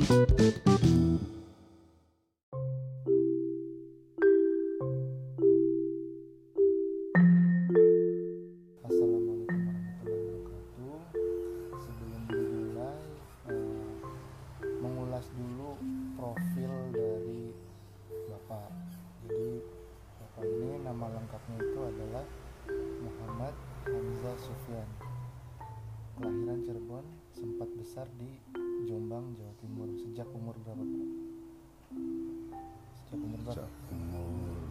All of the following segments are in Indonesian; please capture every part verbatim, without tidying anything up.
Assalamualaikum warahmatullahi wabarakatuh. Sebelum dimulai, eh, mengulas dulu profil dari Bapak. Jadi Bapak ini nama lengkapnya itu adalah Muhammad Hamzah Sufyan. Kelahiran Cirebon, sempat besar di Jombang, Jawa Timur. Sejak umur berapa, Pak? Sejak umur berapa? Sejak umur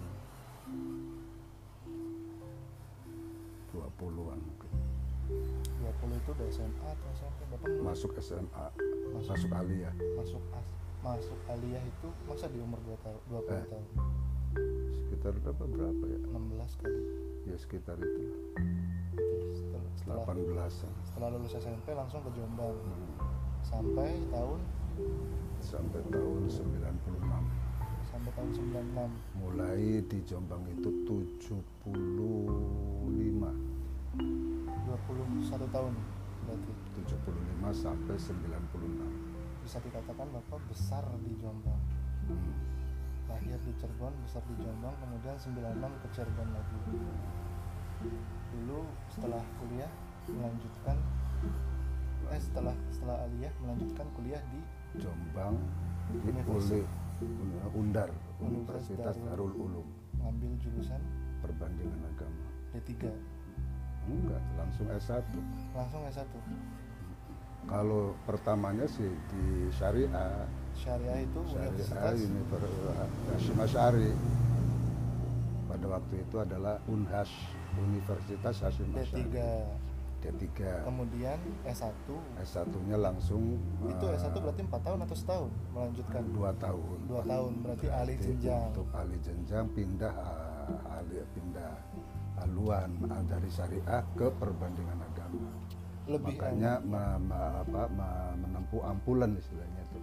dua puluhan mungkin. dua puluh itu udah S M A atau S M P? Bapak mulai Masuk S M A, Masuk. masuk aliyah. masuk as, masuk aliyah itu masa di umur dua tahun, dua puluh Eh. tahun? Sekitar berapa berapa ya? enam belas kali. Ya sekitar itu Setelah, setelah, delapan belasan setelah lulus S M P langsung ke Jombang hmm. sampai tahun sampai tahun sembilan puluh enam. sampai tahun sembilan puluh enam. Mulai di Jombang itu tujuh puluh lima. dua puluh satu tahun berarti. tujuh puluh lima sampai sembilan puluh enam. Bisa dikatakan Bapak besar di Jombang. Hmm. Lahir di Cirebon, besar di Jombang, kemudian sembilan puluh enam ke Cirebon lagi. Dulu setelah kuliah melanjutkan eh setelah setelah aliyah melanjutkan kuliah di Jombang di Universitas. Uli, Undar, Universitas Universitas Darul Ulum, ngambil jurusan perbandingan agama. D tiga. Enggak, langsung S satu. Langsung S satu. Kalau pertamanya sih di Syariah, Syariah itu Syariah Universitas Universitas Hasyim Asy'ari. Pada waktu itu adalah Unhash, Universitas Hasyim D Asy'ari. tiga. D tiga. Kemudian S satu. S satunya langsung Itu eh, S satu berarti empat tahun atau setahun melanjutkan? dua tahun. Dua tahun, berarti alih jenjang. Untuk alih jenjang pindah eh, alih pindah haluan eh, dari syariah ke perbandingan agama. Lebih Makanya enak. me- me- apa, me- menempuh ampulan istilahnya itu.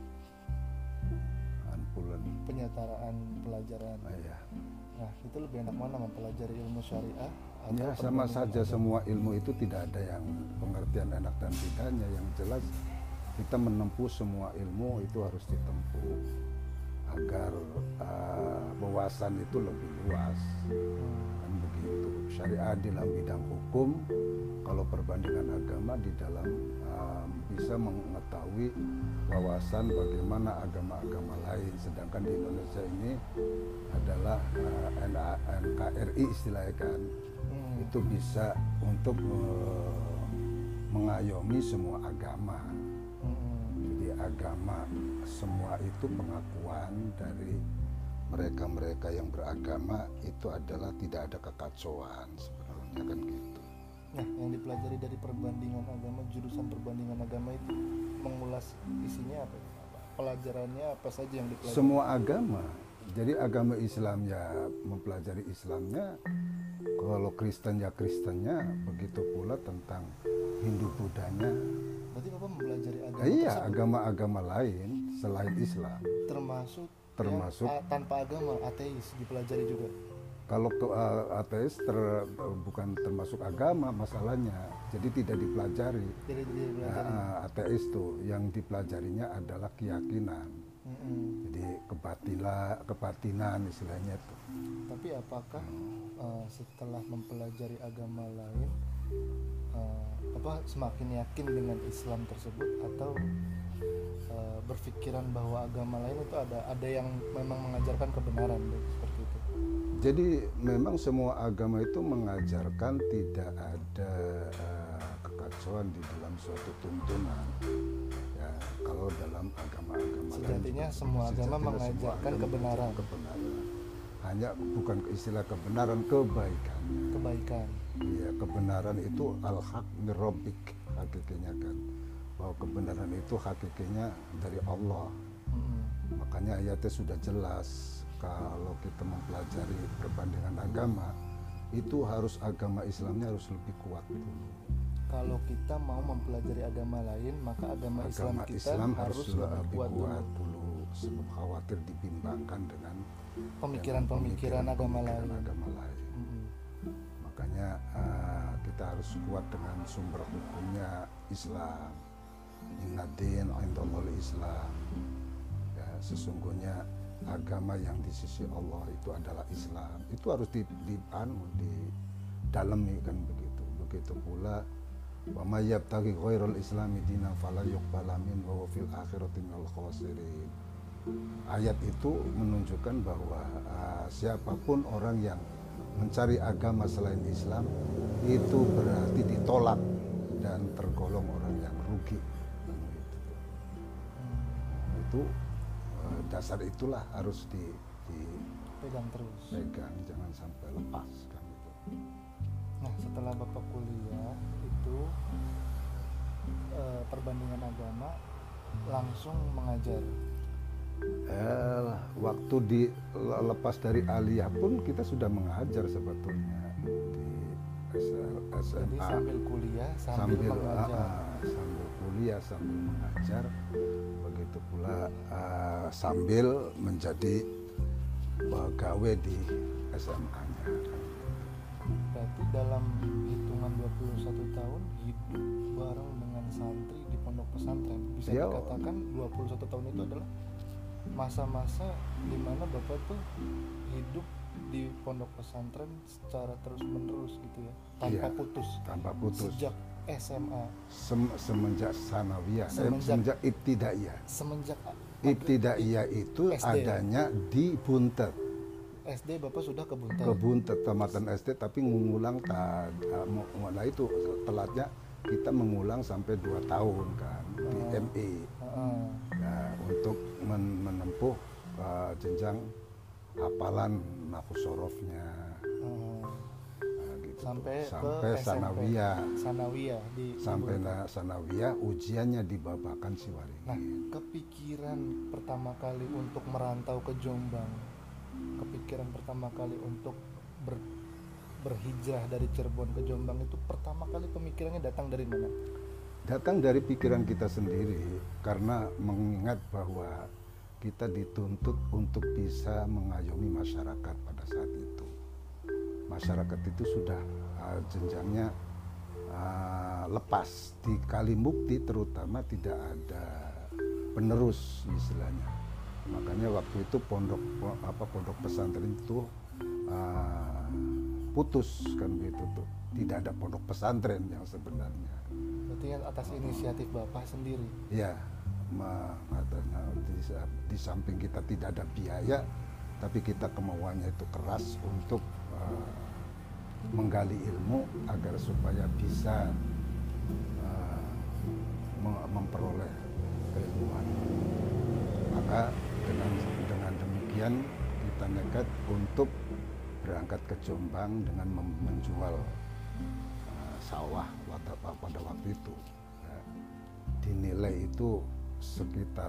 Ampulan. Penyetaraan pelajaran. Ah, ya. Nah, itu lebih enak mana mempelajari ilmu syariah atau Ya sama perbandingan saja, agama? semua ilmu itu tidak ada yang pengertian enak dan tidaknya. Yang jelas kita menempuh semua ilmu itu harus ditempuh agar uh, wawasan itu lebih luas, kan begitu. Syariah di dalam bidang hukum, kalau perbandingan agama di dalam um, bisa mengetahui wawasan bagaimana agama-agama lain. Sedangkan di Indonesia ini adalah uh, N K R I istilahnya kan, Hmm. itu bisa untuk uh, mengayomi semua agama. Hmm. Jadi agama semua itu pengakuan dari mereka-mereka yang beragama itu adalah tidak ada kekacauan sebenarnya, kan gitu. Nah, yang dipelajari dari perbandingan agama, jurusan perbandingan agama itu mengulas isinya apa? ya? Pelajarannya apa saja yang dipelajari? Semua agama. Jadi agama Islam ya mempelajari Islamnya, kalau Kristen ya Kristennya, begitu pula tentang Hindu Budanya. Berarti Bapak mempelajari agama Eh, iya, tersebut agama-agama lain selain Islam. termasuk Termasuk yang, a- tanpa agama, ateis dipelajari juga. kalau ke uh, ateis ter- bukan termasuk agama masalahnya, jadi tidak dipelajari. Jadi dipelajari. Nah, ateis tuh yang dipelajarinya adalah keyakinan, Mm-mm. jadi kebatilan, kebatinan istilahnya tuh. Tapi apakah uh, setelah mempelajari agama lain uh, apa semakin yakin dengan Islam tersebut atau uh, berpikiran bahwa agama lain itu ada ada yang memang mengajarkan kebenaran seperti itu? Jadi memang semua agama itu mengajarkan tidak ada uh, kekacauan di dalam suatu tuntunan. Ya, kalau dalam agama-agama lain Sejatinya juga- semua agama sejatinya semua mengajarkan agama kebenaran. kebenaran. Hanya bukan istilah kebenaran, kebaikan. Kebaikan. Iya, kebenaran itu al-haq min rabbik, hakikinya kan. Bahwa kebenaran itu hakikinya dari Allah. Mm-mm. Makanya ayatnya sudah jelas, kalau kita mempelajari perbandingan agama, itu harus agama Islamnya harus lebih kuat dulu. Kalau kita mau mempelajari agama lain, maka agama, Islam Agama kita Islam harus lebih kuat, kuat dulu. dulu, sebab khawatir dibimbangkan dengan Pemikiran-pemikiran agama lain. pemikiran agama lain. Mm-mm. Makanya uh, kita harus kuat dengan sumber hukumnya Islam. Inna din indallahil Islam. sesungguhnya agama yang di sisi Allah itu adalah Islam. Itu harus di, di, anu, di dalemi kan begitu. Begitu pula wa may yabtaghi ghairal islami dinan fala yuqbala minhu wa fil akhirati minal khasirin. Ayat itu menunjukkan bahwa uh, siapapun orang yang mencari agama selain Islam itu berarti ditolak dan tergolong orang yang rugi. Itu uh, dasar itulah harus di, di pegang terus. pegang, jangan sampai lepas kan itu. Nah, setelah Bapak kuliah itu eh, perbandingan agama langsung mengajar. Eh, waktu di lepas dari aliyah pun kita sudah mengajar sebetulnya di S M A. Jadi sambil kuliah sambil, sambil mengajar. ah, ah, sambil kuliah sambil mengajar, begitu pula ah, sambil menjadi pegawai di S M A-nya. Berarti dalam hitungan dua puluh satu tahun hidup bareng dengan santri di pondok pesantren. Bisa Ya. dikatakan dua puluh satu tahun itu adalah masa-masa di mana Bapak tuh hidup di pondok pesantren secara terus-menerus gitu ya, tanpa Iya, putus. tanpa putus. Sejak S M A, Sem- semenjak sanawiyah, eh, Semenjak- semenjak ibtidaiyah. semenjak Ibtidaiyah itu S D. adanya di Buntet. S D Bapak sudah ke Buntet. Ke Buntet, tamatan S D, tapi mengulang ta, nah itu telatnya kita mengulang sampai dua tahun kan di Oh. M E. Heeh. Nah, untuk men- menempuh uh, jenjang hafalan nafsu sorofnya, Heeh. nah, gitu. Sampai, sampai ke S M P. sanawiyah, Sanawiyah di di sampai Buntet. na- sanawiyah ujiannya di Babakan Siwaringin. Nah, kepikiran pertama kali untuk merantau ke Jombang, kepikiran pertama kali untuk ber, berhijrah dari Cirebon ke Jombang itu pertama kali pemikirannya datang dari mana? Datang dari pikiran kita sendiri, karena mengingat bahwa kita dituntut untuk bisa mengayomi masyarakat pada saat itu. Masyarakat itu sudah uh, jenjangnya uh, lepas. Di Kalimukti terutama tidak ada penerus istilahnya. Makanya waktu itu pondok apa pondok pesantren itu uh, putus kan gitu tuh. Tidak ada pondok pesantren yang sebenarnya. Berarti kan atas inisiatif Bapak sendiri. Ya, mengatakan di, di samping kita tidak ada biaya, tapi kita kemauannya itu keras untuk uh, menggali ilmu agar supaya bisa uh, mem- memperoleh keilmuan. Maka dengan dengan demikian kita nekat untuk berangkat ke Jombang dengan mem- menjual uh, sawah pada, pada waktu itu. Ya. Dinilai itu sekitar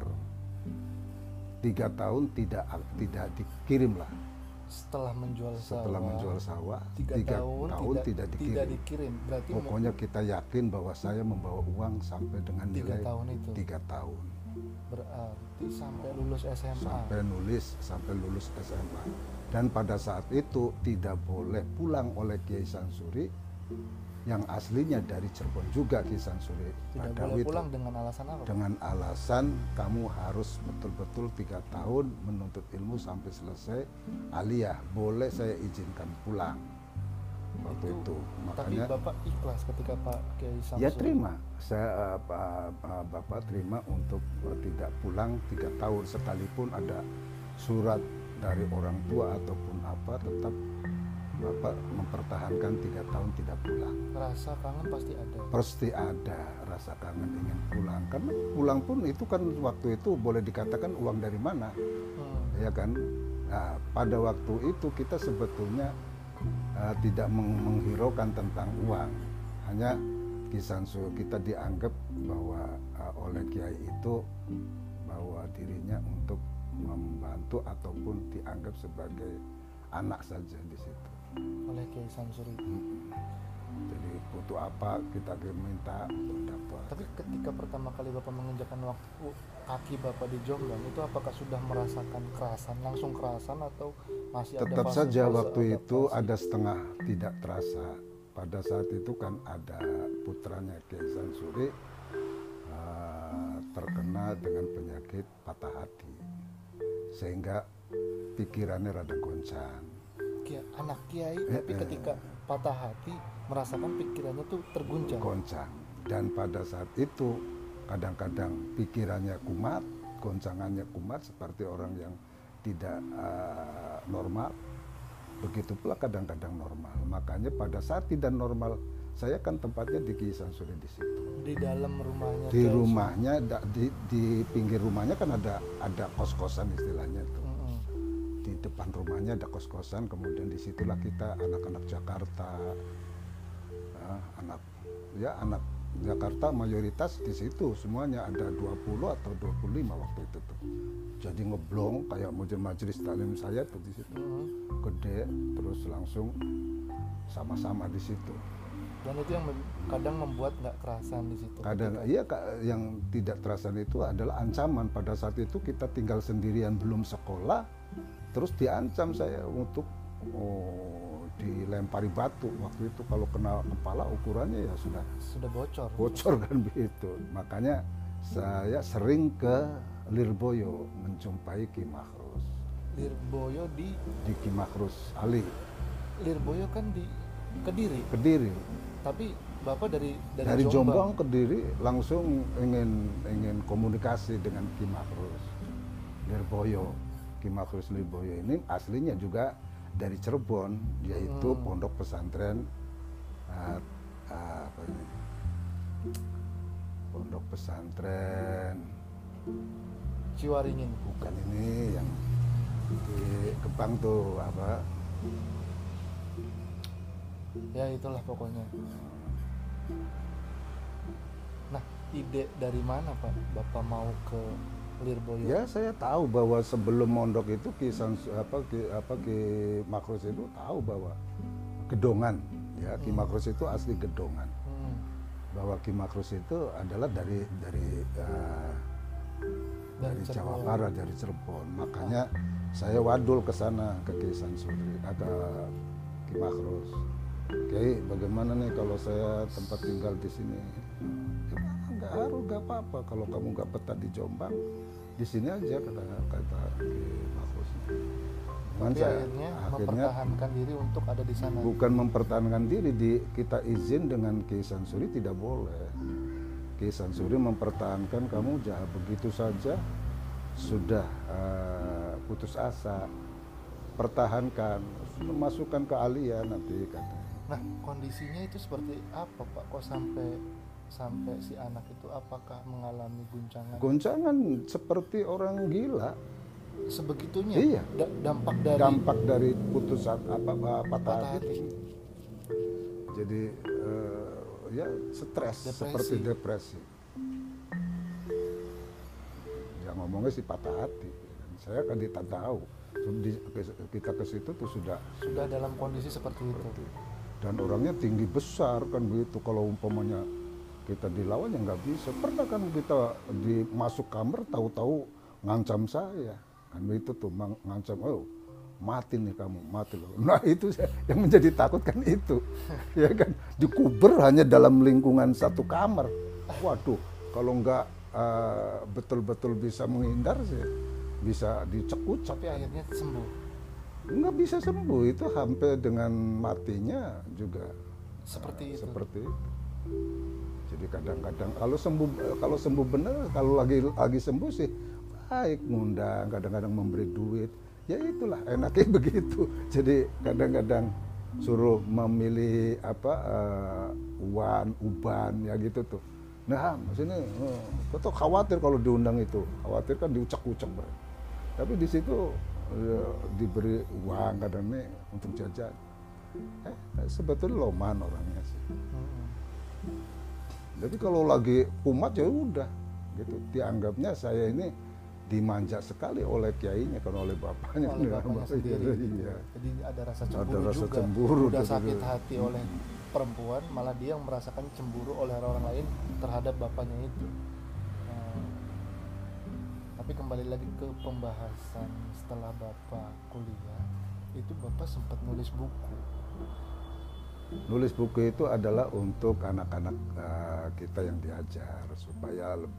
tiga tahun tidak tidak dikirim lah. Setelah menjual Setelah sawah, menjual sawah tiga, tiga tahun, tahun tidak, tidak dikirim. tidak dikirim. Berarti Pokoknya kita yakin bahwa saya membawa uang sampai dengan tiga nilai tahun itu. tiga tahun. Berarti sampai lulus S M A. Sampai nulis, sampai lulus S M A. Dan pada saat itu tidak boleh pulang oleh Kiai Sansuri yang aslinya dari Cirebon juga, Kiai Sansuri Tidak Badawi boleh itu. pulang dengan alasan apa? Dengan alasan kamu harus betul-betul tiga tahun menuntut ilmu sampai selesai aliyah. Boleh saya izinkan pulang waktu itu. Tapi Makanya Bapak ikhlas ketika Pak Kiai Samsuri. ya terima, saya uh, uh, uh, Bapak terima untuk uh, tidak pulang tiga tahun sekalipun ada surat dari orang tua ataupun apa, tetap Bapak mempertahankan tiga tahun tidak pulang. Rasa kangen pasti ada. Pasti ada rasa kangen ingin pulang, karena pulang pun itu kan waktu itu boleh dikatakan uang dari mana, Hmm. ya kan? Nah, pada waktu itu kita sebetulnya uh, tidak meng- menghiraukan tentang uang, hanya Kisansu kita dianggap bahwa uh, oleh Kiai itu bahwa dirinya untuk membantu ataupun dianggap sebagai anak saja di situ. Oleh Kiai Samsuri. Mm-mm. Jadi butuh apa kita minta untuk dapat. Tapi ketika pertama kali Bapak menginjakan waktu kaki Bapak di Jombang itu apakah sudah merasakan kerasan, langsung kerasan atau masih ada Tetap fase-fase saja waktu adaptasi? itu ada setengah tidak terasa. Pada saat itu kan ada putranya Kiai Sansuri uh, terkena dengan penyakit patah hati. sehingga pikirannya rada goncang. Kia, anak kiai Eh, tapi eh. ketika patah hati merasakan pikirannya tuh terguncang. Goncang. Dan pada saat itu kadang-kadang pikirannya kumat, goncangannya kumat seperti orang yang tidak uh, normal. Begitu pula kadang-kadang normal. Makanya pada saat tidak normal, saya kan tempatnya di Ki Sansuri di situ. Di dalam rumahnya. Di Kiai. rumahnya, da- di, di pinggir rumahnya kan ada ada kos-kosan istilahnya tuh. Mm-mm. Di depan rumahnya ada kos-kosan, kemudian disitulah kita anak-anak Jakarta, ah, anak ya anak Jakarta mayoritas di situ semuanya ada dua puluh atau dua puluh lima waktu itu tuh. Jadi ngeblong kayak majelis taklim saya tuh di situ. Mm-mm. Gede, terus langsung sama-sama di situ. Dan itu yang mem- kadang membuat nggak kerasan di situ. Kadang iya Kak, yang tidak terasa itu adalah ancaman. Pada saat itu kita tinggal sendirian belum sekolah, terus diancam saya untuk oh, dilempari batu. Waktu itu kalau kena kepala ukurannya ya sudah Sudah bocor. bocor kan begitu. Makanya saya sering ke Lirboyo menjumpai Ki Makhrus. Lirboyo di Di Ki Makhrus Ali, Lirboyo kan di Kediri, Kediri. tapi Bapak dari dari, Dari Jombang. Jombang ke Kediri langsung ingin ingin komunikasi dengan Ki Makhrus Lirboyo. Ki Makhrus Lirboyo ini aslinya juga dari Cirebon, yaitu Hmm. pondok pesantren uh, uh, apa ini? Pondok pesantren Ciwaringin. bukan ini yang di Kepang tuh apa? Ya itulah pokoknya. Nah, ide dari mana Pak Bapak mau ke Lirboyo? Ya saya tahu bahwa sebelum mondok itu Ki Sans, apa Ki apa Ki Makhrus itu tahu bahwa Gedongan ya Ki Hmm. Makhrus itu asli Gedongan. Hmm. Bahwa Ki Makhrus itu adalah dari dari uh, dari Dari Jawa Cirebon. Barat, dari Cirebon. Makanya saya wadul ke sana ke Ki Sansuri, ke Ki Makhrus. Kiai, bagaimana nih kalau saya tempat tinggal di sini? Ya, nggak harus, nggak apa-apa. Kalau kamu nggak betah di Jombang, di sini aja kata kata Ki Makhrus. Cuman Tapi saya akhirnya, akhirnya mempertahankan diri untuk ada di sana. bukan mempertahankan diri, di kita izin dengan Ki Sansuri tidak boleh. Ki Sansuri mempertahankan kamu jangan begitu saja sudah uh, putus asa, pertahankan, masukkan keahlian nanti katanya. Nah, kondisinya itu seperti apa Pak? Kok sampai sampai si anak itu apakah mengalami guncangan Goncangan seperti orang gila. sebegitunya? Iya. Da- dampak dari Dampak dari putusan apa apa patah patah hati. hati. Jadi uh, ya stres, Depresi. seperti depresi. Ya ngomongnya sih patah hati. Saya kan tidak tahu. Di- Kita ke situ tuh sudah Sudah dalam kondisi seperti itu. seperti dan orangnya tinggi besar kan begitu. Kalau umpamanya kita dilawan ya nggak bisa. Pernah kan kita di masuk kamar tahu-tahu ngancam saya kan begitu tuh, mang- ngancam, oh mati nih kamu, mati loh. Nah itu saya- yang menjadi takut kan itu ya kan, dikuber hanya dalam lingkungan satu kamar. Waduh, kalau nggak uh, betul-betul bisa menghindar sih bisa dicekucak. Tapi akhirnya sembuh. Nggak bisa sembuh, itu hampir dengan matinya juga Seperti uh, itu. seperti itu. Jadi kadang-kadang kalau sembuh kalau sembuh benar, kalau lagi lagi sembuh sih baik, ngundang, kadang-kadang memberi duit, ya itulah enaknya begitu. Jadi kadang-kadang suruh memilih apa uh, uan uban ya gitu tuh. Nah sini uh, betul khawatir kalau diundang itu, khawatir kan diucak-ucak ber. Tapi di situ uh, diberi uang kadang nih untuk jajan. Eh, sebetulnya loman orangnya sih. Mm-mm. Jadi kalau lagi kumat ya udah gitu. Dianggapnya saya ini dimanja sekali oleh kiainya, kan oleh bapaknya. Oleh bapaknya sendiri. Iya. Jadi ada rasa Ada cemburu rasa juga. cemburu Udah tuh, sakit tuh. hati oleh perempuan, malah dia yang merasakan cemburu oleh orang lain terhadap bapaknya itu. Nah, tapi kembali lagi ke pembahasan setelah Bapak kuliah, itu Bapak sempat nulis buku. Nulis buku itu adalah untuk anak-anak uh, kita yang diajar supaya lebih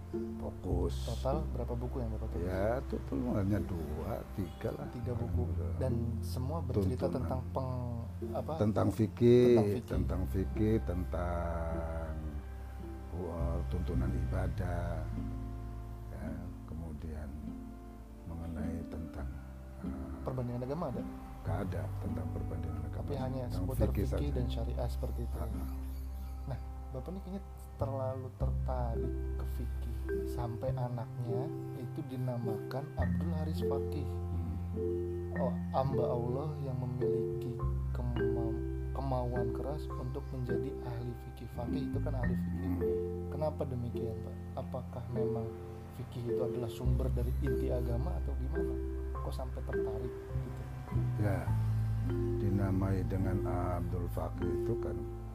fokus. Total berapa buku yang Bapak tulis? Ya total hanya dua, tiga lah. Tiga buku. Dan semua bercerita Tuntunan. tentang peng apa? Tentang Tentang fikih, fikih. tentang fikih, tentang uh, tuntunan ibadah, ya, kemudian mengenai tentang uh, Perbandingan agama ada, gak ada tentang perbandingan agama, tapi hanya tentang seputar fikih saja. dan syariah seperti itu. Uh-uh. Nah, Bapak ini kayaknya terlalu tertarik ke fikih sampai anaknya itu dinamakan Abdul Haris Faqih. Hmm. Oh, hamba Allah yang memiliki kema- kemauan keras untuk menjadi ahli fikih. Faqih itu kan ahli fikih. Hmm. Kenapa demikian, Pak? Apakah memang fikih itu adalah sumber dari inti agama atau gimana? Kok sampai tertarik gitu? Ya, dinamai dengan Abdul Faqih itu kan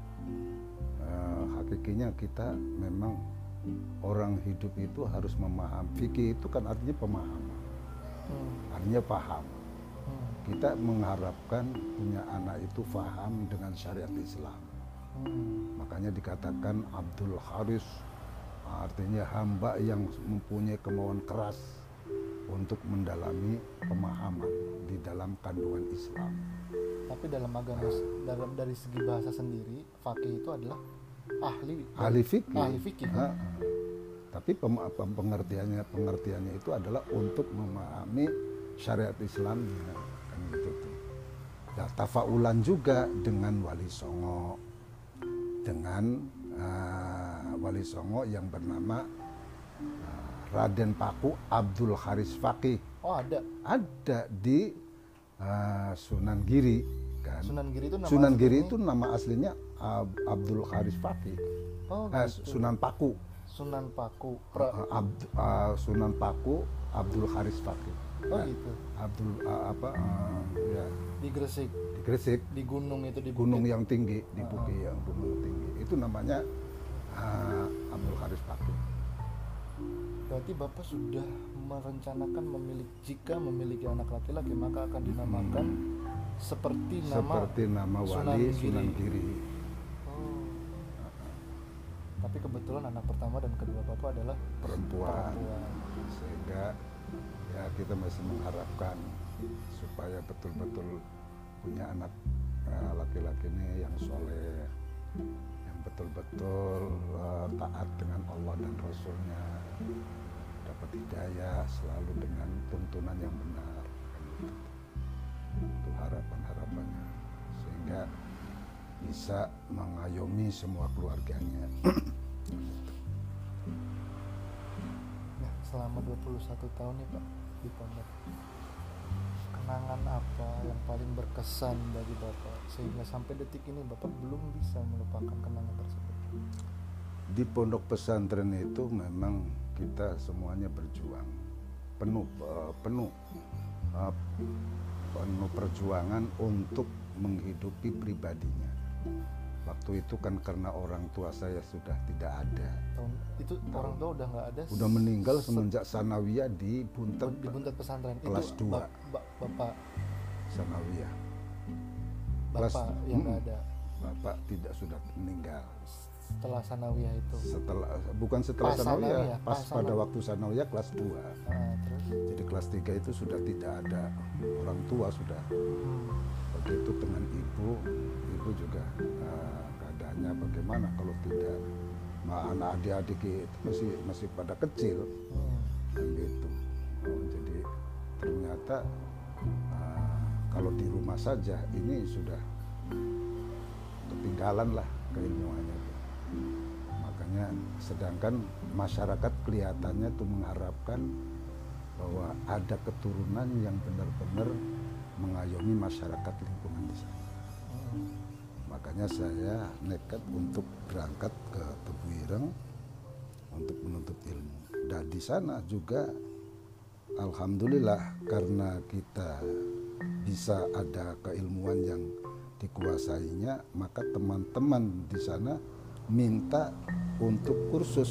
uh, hakikinya kita memang orang hidup itu harus memahami. Fikih itu kan artinya pemahaman, Hmm. artinya paham. Hmm. Kita mengharapkan punya anak itu paham dengan syariat Islam. Hmm. Makanya dikatakan Abdul Haris, artinya hamba yang mempunyai kemauan keras untuk mendalami pemahaman di dalam kandungan Islam. Tapi dalam agama, dalam dari segi bahasa sendiri, faqih itu adalah ahli Ahli fikih. ahli fikih. Ha, ha. Tapi pem- pem- pengertiannya pengertiannya itu adalah untuk memahami syariat Islamnya, kan gitu tuh. Ya, tafaulan juga dengan Wali Songo, dengan uh, Wali Songo yang bernama uh, Raden Paku Abdul Haris Faqih. Oh, ada. Ada di uh, Sunan Giri kan. Sunan Giri itu nama Sunan Giri aslinya- itu nama aslinya Ab- Abdul Haris Faqih. Oh, Eh, gitu. Sunan Paku. Sunan Paku. Pra- Uh, Abd- uh, Sunan Paku Abdul Haris Faqih. oh Nah, gitu. Abdul uh, apa uh, ya Di Gresik, di Gresik, di gunung itu di gunung bukit. yang tinggi, di Ah, bukit yang gunung tinggi. Itu namanya uh, Abdul Haris Faqih. Berarti Bapak sudah merencanakan memiliki, jika memiliki anak laki-laki maka akan dinamakan seperti nama Seperti nama Sunan Wali Giri. Sunan Giri. Oh. Tapi kebetulan anak pertama dan kedua Bapak adalah Perempuan. perempuan. Sehingga ya kita masih mengharapkan supaya betul-betul punya anak uh, laki-laki ini yang soleh, yang betul-betul uh, taat dengan Allah dan Rasulnya, dapat hidayah selalu dengan tuntunan yang benar, kan gitu. Itu harapan-harapannya, sehingga bisa mengayomi semua keluarganya. Nah, selama dua puluh satu tahun nih Pak di pondok, kenangan apa yang paling berkesan bagi Bapak sehingga sampai detik ini Bapak belum bisa melupakan kenangan tersebut? Di pondok pesantren itu memang kita semuanya berjuang penuh eh, penuh eh, penuh perjuangan untuk menghidupi pribadinya. Waktu itu kan karena orang tua saya sudah tidak ada, Tahun itu orang tua udah nggak ada. udah meninggal se- semenjak sanawiyah di Buntet, di Buntet pesantren kelas itu dua. ba- ba- bapak sanawiyah. bapak Kelas- yang nggak mm, ada Bapak tidak sudah meninggal. setelah sanawiyah itu. Setelah bukan setelah Pas sanawiyah, sanawiyah, pas pas pada sanawiyah. waktu sanawiyah kelas dua. Nah, terus Jadi kelas tiga itu sudah tidak ada orang tua sudah. hmm, Waktu itu dengan ibu, ibu juga uh, keadaannya bagaimana kalau tidak, ma anak adik-adik itu masih masih pada kecil, hmm, kan gitu. Oh, jadi ternyata uh, kalau di rumah saja ini sudah ketinggalan lah keilmuannya. Makanya sedangkan masyarakat kelihatannya tuh mengharapkan bahwa ada keturunan yang benar-benar mengayomi masyarakat lingkungan di sana. hmm. Makanya saya nekat untuk berangkat ke Tebu Ireng untuk menuntut ilmu. Dan di sana juga alhamdulillah karena kita bisa ada keilmuan yang dikuasainya, maka teman-teman di sana minta untuk kursus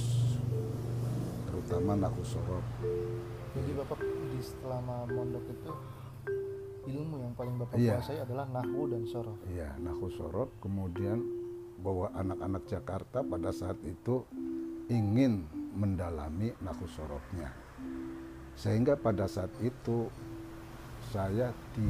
terutama nahwu sorof. Jadi bapak di selama mondok itu ilmu yang paling bapak Iya. kuasai adalah nahwu dan sorof. Iya, nahwu sorof. Kemudian bahwa anak-anak Jakarta pada saat itu ingin mendalami nakusorotnya. Sehingga pada saat itu saya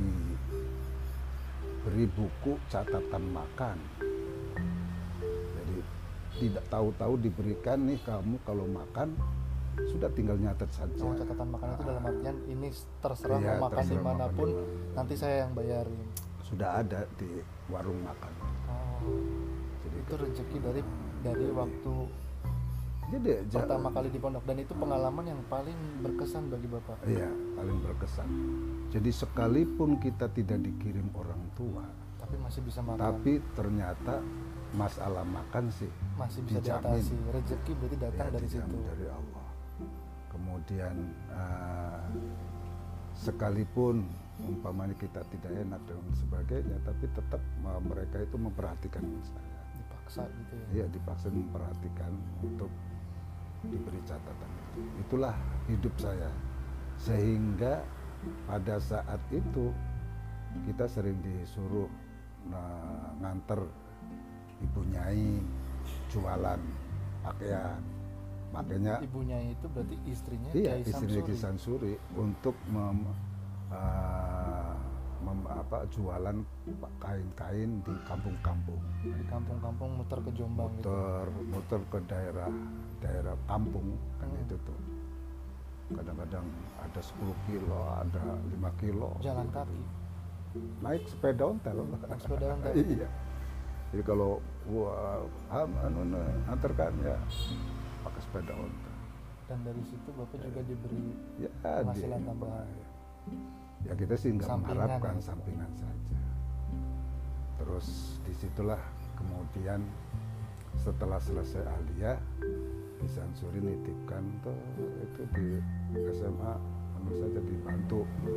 diberi buku catatan makan. Jadi tidak tahu-tahu diberikan nih, kamu kalau makan sudah tinggal nyatet saja. Oh, catatan makan itu dalam artian ini terserah Iya, mau makan terserah dimanapun, makan dimana. nanti saya yang bayarin. Sudah ada di warung makan. Oh, Jadi itu rezeki dari dari waktu jadi ja- pertama kali di pondok, dan itu pengalaman yang paling berkesan bagi Bapak. Iya, paling berkesan. Jadi sekalipun kita tidak dikirim orang tua, Tapi masih bisa makan, tapi ternyata masalah makan sih masih bisa dijamin. diatasi. Rezeki berarti datang Ya, dari dijamin situ. dari Allah. Kemudian uh, sekalipun umpamanya kita tidak enak dan sebagainya, tapi tetap uh, mereka itu memperhatikan saya. Dipaksa gitu ya. Iya, dipaksa memperhatikan untuk diberi catatan itu. Itulah hidup saya. Sehingga pada saat itu kita sering disuruh nah, nganter ibu nyai jualan pakaian. Makanya Ibunya itu berarti istrinya iya, Kiai istri Samsuri. Ki Sansuri untuk mem, uh, mem- apa, jualan kain-kain di kampung-kampung. Di kampung-kampung muter ke Jombang gitu. muter muter ke daerah daerah kampung kan Hmm. itu tuh kadang-kadang ada sepuluh kilo, ada lima kilo, Jalan kaki. naik sepeda ontel. Naik sepeda ontel. Iya, jadi kalau wah ham anu nah, antarkan ya pakai sepeda ontel Dan dari situ Bapak juga diberi ya. penghasilan di- tambahan. ya kita sih nggak Sampingan mengharapkan ya. sampingan saja. Terus disitulah kemudian setelah selesai aliyah, Ki Sansuri nitipkan tuh itu di S M A menurut saja dibantu.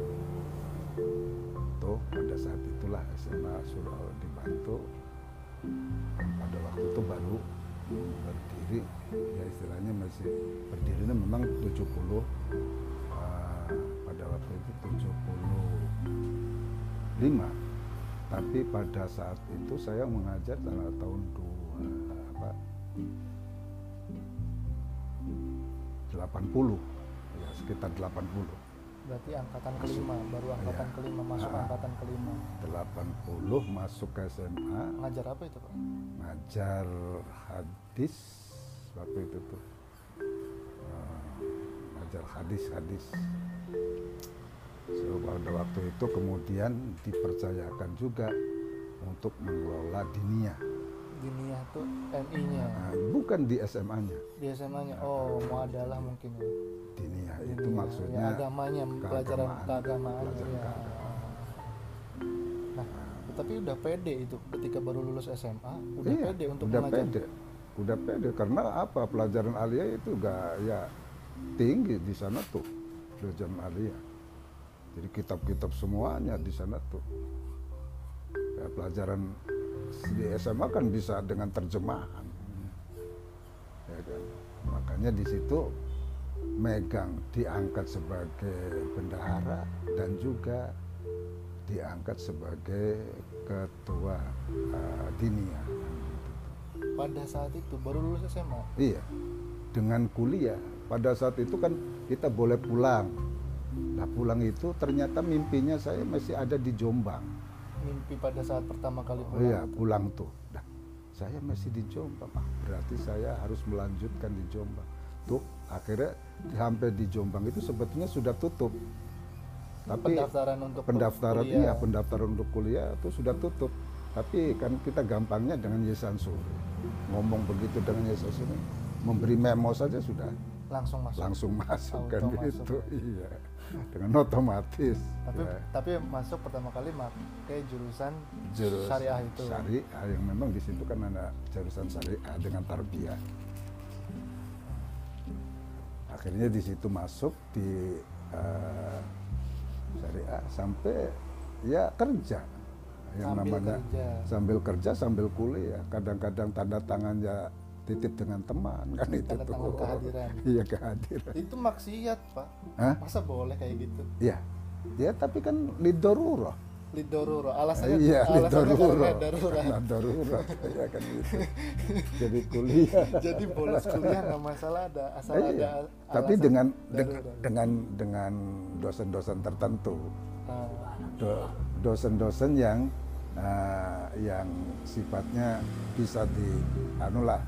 Tuh pada saat itulah S M A suruh dibantu. Dan pada waktu itu baru berdiri, ya istilahnya masih berdirinya memang tujuh puluh, uh, pada waktu itu tujuh puluh lima, tapi pada saat itu saya mengajar adalah tahun dua apa delapan puluh, ya sekitar delapan puluh. Berarti angkatan kelima, baru angkatan Iya. kelima masuk Ah. angkatan kelima. delapan puluh masuk ke S M A, Ngajar apa itu Pak? ngajar hadis waktu itu tuh. Uh, ngajar hadis-hadis. So, pada waktu itu kemudian dipercayakan juga untuk mengelola diniyah. Diniyah tuh N I-nya, Nah, bukan di S M A-nya. di S M A-nya. Oh, muadalah mungkin ya. Diniyah itu Diniyah, maksudnya ya, agamanya, pelajaran keagamaan, keagamaan. pelajaran Ya. keagamaan. Nah, tapi udah pede itu ketika baru lulus S M A, udah Iya, pede untuk udah mengajar. pede. Udah pede karena apa? Pelajaran aliyah itu gak ya tinggi di sana tuh. Pelajaran aliyah. Jadi kitab-kitab semuanya di sana tuh. Ya, pelajaran di S M A kan bisa dengan terjemahan. Ya kan? Makanya di situ megang diangkat sebagai bendahara dan juga diangkat sebagai ketua uh, diniyah. Pada saat itu baru lulus S M A. Iya, dengan kuliah. Pada saat itu kan kita boleh pulang. Nah pulang itu ternyata mimpinya saya masih ada di Jombang. Mimpi pada saat pertama kali Oh pulang. iya, itu. pulang tuh. Nah, saya masih di Jombang. Ah, berarti saya harus melanjutkan di Jombang. Tuh, akhirnya sampai di Jombang itu sebetulnya sudah tutup. Tapi pendaftaran untuk pendaftaran kuliah. iya, pendaftaran untuk kuliah itu sudah tutup. Tapi kan kita gampangnya dengan Yesansuri. Ngomong begitu dengan Yesansuri, memberi memo saja sudah langsung masuk. langsung masuk kan Auto masuk. gitu. Iya. Dengan otomatis. Tapi ya. tapi masuk pertama kali pakai jurusan Jurus syariah itu. Syariah yang memang di situ kan ada jurusan syariah dengan tarbiyah. Akhirnya di situ masuk di uh, syariah sampai ya kerja yang Sambil namanya kerja. sambil kerja sambil kuliah. Kadang-kadang tanda tangan ya titip dengan teman kan itu Tanda tuh. tangan kehadiran. Iya kehadiran. Itu maksiat Pak. Hah? Masa boleh kayak gitu? Iya. Ya tapi kan lidorurah. lidoruro, alasannya Iya, alasannya lidoruro. karena darurat. Karena darurat, ya kan gitu. Jadi kuliah. Jadi bolos kuliah nggak masalah, ada asal Iya, ada tapi alasan dengan deng- darurat. dengan dengan dosen-dosen tertentu, Ah, Do- dosen-dosen yang ah, yang sifatnya bisa di anulah.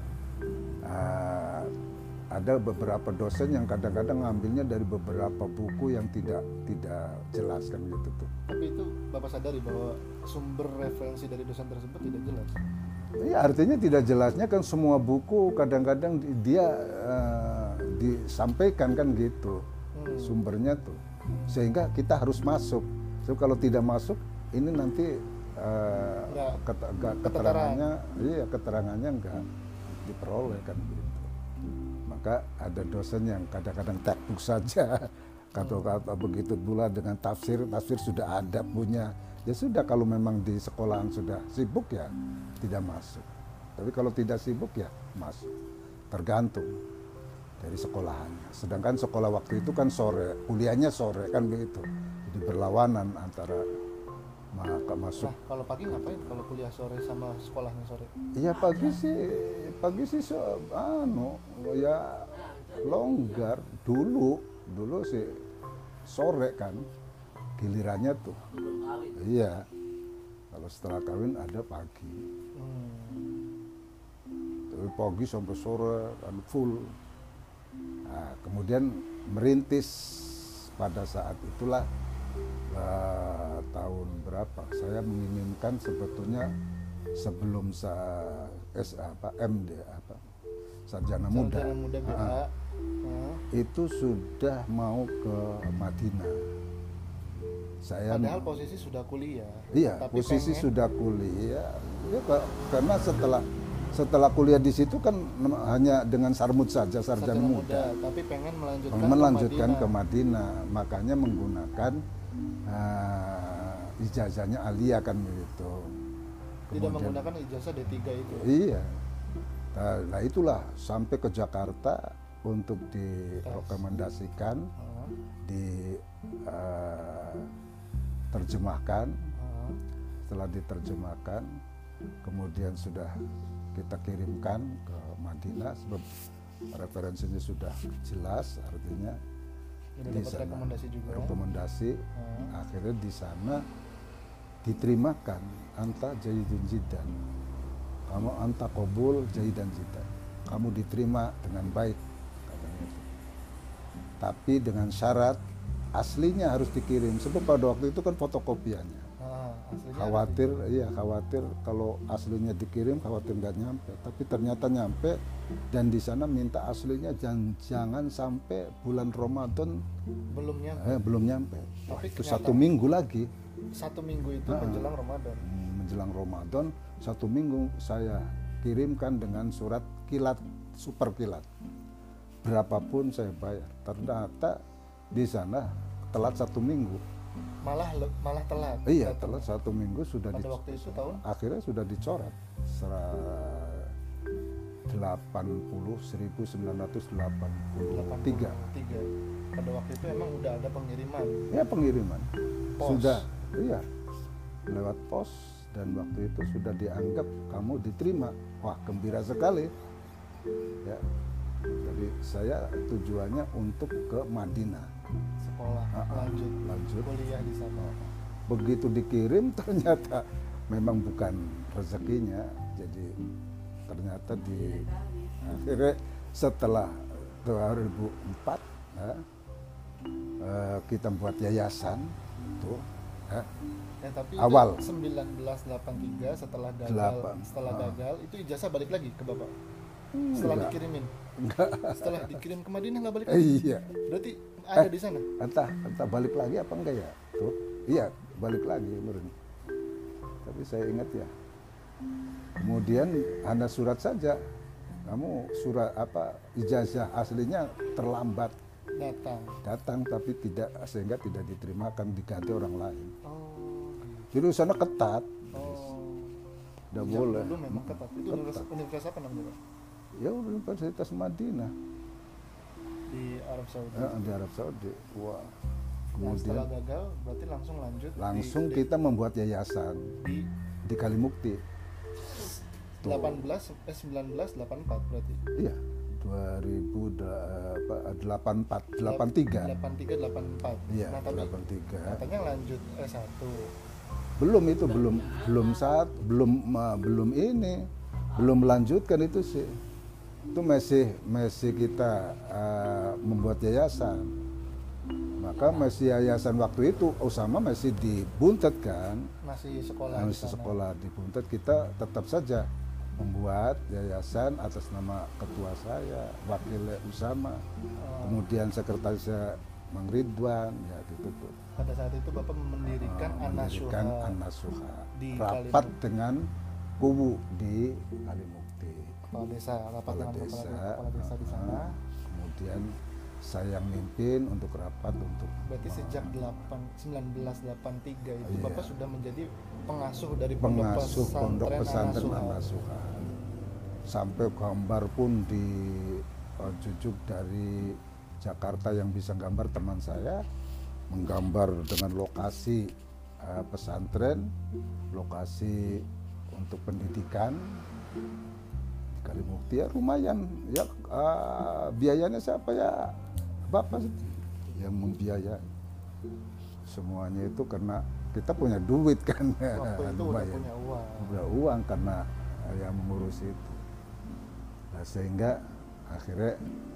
Ah, ada beberapa dosen yang kadang-kadang ngambilnya dari beberapa buku yang tidak tidak jelas kan gitu tuh. tapi itu Bapak sadari bahwa sumber referensi dari dosen tersebut tidak jelas. Iya, artinya tidak jelasnya kan semua buku kadang-kadang di- dia eh, disampaikan kan gitu Hmm. sumbernya tuh, sehingga kita harus masuk. So, kalau tidak masuk ini nanti eh, Nggak ket- nggak- keteteran. keterangannya, iya keterangannya enggak diperoleh kan gitu. Maka ada dosen yang kadang-kadang textbook saja, kata-kata begitu pula dengan tafsir, tafsir sudah ada punya. Ya sudah, kalau memang di sekolahan sudah sibuk ya tidak masuk. Tapi kalau tidak sibuk ya masuk. Tergantung dari sekolahannya. Sedangkan sekolah waktu itu kan sore, kuliahnya sore kan begitu. Jadi berlawanan antara maka masuk. Nah, kalau pagi ngapain kalau kuliah sore sama sekolahnya sore? Iya pagi sih, pagi sih so, anu ya longgar dulu, dulu sih sore kan gilirannya tuh. Iya, kalau setelah kawin ada pagi, Hmm. dari pagi sampai sore kan full. Nah, kemudian merintis pada saat itulah eh, tahun berapa? Saya menginginkan sebetulnya sebelum saya S apa M D apa sarjana muda, Sarjana muda B A. Ah, Nah, itu sudah mau ke Madinah. Saya padahal posisi sudah kuliah. iya tapi posisi pengen- sudah kuliah. Ya, Kak, karena setelah setelah kuliah di situ kan nem- hanya dengan sarmut saja sarjana, sarjana muda. tapi pengen melanjutkan, melanjutkan ke ke Madinah. Madinah, makanya menggunakan uh, ijazahnya aliyah kan begitu. Tidak menggunakan ijazah D tiga itu. Iya. Nah, nah itulah sampai ke Jakarta untuk direkomendasikan, Ah, di uh, terjemahkan. ah. Setelah diterjemahkan, kemudian sudah kita kirimkan ke Madinah sebab referensinya sudah jelas, artinya Udah di dapat sana rekomendasi juga. rekomendasi. Ah. Akhirnya di sana diterimakan anta jayidun jiddan, kamu anta qabul jayidan jiddan, kamu diterima dengan baik katanya itu. Tapi dengan syarat aslinya harus dikirim, sebab pada waktu itu kan fotokopiannya. Ah, aslinya Khawatir, iya khawatir kalau aslinya dikirim, khawatir nggak nyampe. Tapi ternyata nyampe, dan di sana minta aslinya jangan, jangan sampai bulan Ramadan belum nyampe. eh, belum nyampe. Wah, Tapi itu kenyataan- satu minggu lagi Satu minggu itu Ah. menjelang Ramadan. Hmm, menjelang Ramadan, satu minggu saya kirimkan dengan surat kilat, super kilat. Berapapun saya bayar. Ternyata di sana telat satu minggu. Malah le- malah telat. Iya, Datang. telat satu minggu sudah Pada dic- waktu itu tahun akhirnya sudah dicoret delapan puluh seribu sembilan ratus delapan puluh tiga. delapan puluh tiga. Pada waktu itu emang udah ada pengiriman. Ya pengiriman Pos. sudah, iya lewat pos, dan waktu itu sudah dianggap kamu diterima. Wah, gembira sekali. Ya, jadi saya tujuannya untuk ke Madinah. Sekolah Ah, ah, lanjut lanjut. kuliah di sana. Begitu dikirim ternyata memang bukan rezekinya, jadi ternyata di akhirnya setelah dua ribu empat ya, eh, kita buat yayasan tuh ya, Ya, tapi Awal. itu seribu sembilan ratus delapan puluh tiga setelah gagal, Delapan. setelah Ah. gagal itu ijazah balik lagi ke Bapak. Setelah enggak. dikirimin. enggak Setelah dikirim ke Madinah nggak balik Eh, lagi. iya Berarti ada Eh. di sana. entah entah balik lagi apa enggak ya tuh, iya balik lagi meren. Tapi saya ingat ya, kemudian hanya surat saja, kamu surat apa ijazah aslinya terlambat Datang. datang, tapi tidak, sehingga tidak diterimakan, diganti orang lain. Oh. Jadi di sana ketat, Oh. tidak Zaman boleh. Dulu memang ketat. Itu Ketat. universitas, universitas apa namanya, Pak? Ya Universitas Madinah Di Arab Saudi. ya, di Arab Saudi. Wah, Nah, kemudian setelah gagal berarti langsung lanjut langsung di, kita membuat yayasan di di Kalimukti. delapan belas eh sembilan belas delapan puluh empat berarti. Iya, dua ribu delapan puluh empat delapan puluh tiga. delapan puluh tiga delapan puluh empat. Iya, Nah, tapi delapan puluh tiga. katanya lanjut S satu. Belum itu, belum belum saat belum uh, belum ini, belum melanjutkan itu sih. Itu masih masih kita uh, membuat yayasan. Maka masih yayasan waktu itu Usama masih di Buntet kan. Masih sekolah di Masih sana. sekolah di Buntet, kita tetap saja membuat yayasan atas nama ketua saya, wakilnya Usama, Oh, kemudian sekretarisnya Mang Ridwan, ya gitu tuh. pada saat itu Bapak mendirikan Uh, mendirikan An-Nasuha An-Nasuha. di Rapat Kalimukti. dengan kubu di Kalimukti. Kepala desa, rapat Kepala dengan desa, kepala, kepala desa di sana. uh, kemudian saya yang mimpin untuk rapat untuk Berarti uh, sejak delapan sembilan belas delapan puluh tiga itu Iya. Bapak sudah menjadi pengasuh dari pondok pengasuh pondok pesantren pesantren An-Nasuha. An-Nasuha. Sampai gambar pun di uh, jujuk dari Jakarta yang bisa gambar teman saya, menggambar dengan lokasi uh, pesantren, lokasi untuk pendidikan di Kalimukti. Ya lumayan ya, uh, biayanya siapa ya, Bapak sih yang membiayai semuanya itu, karena kita punya duit kan. Waktu itu udah lumayan punya uang. udah uang karena uh, yang mengurus itu. Nah, sehingga akhirnya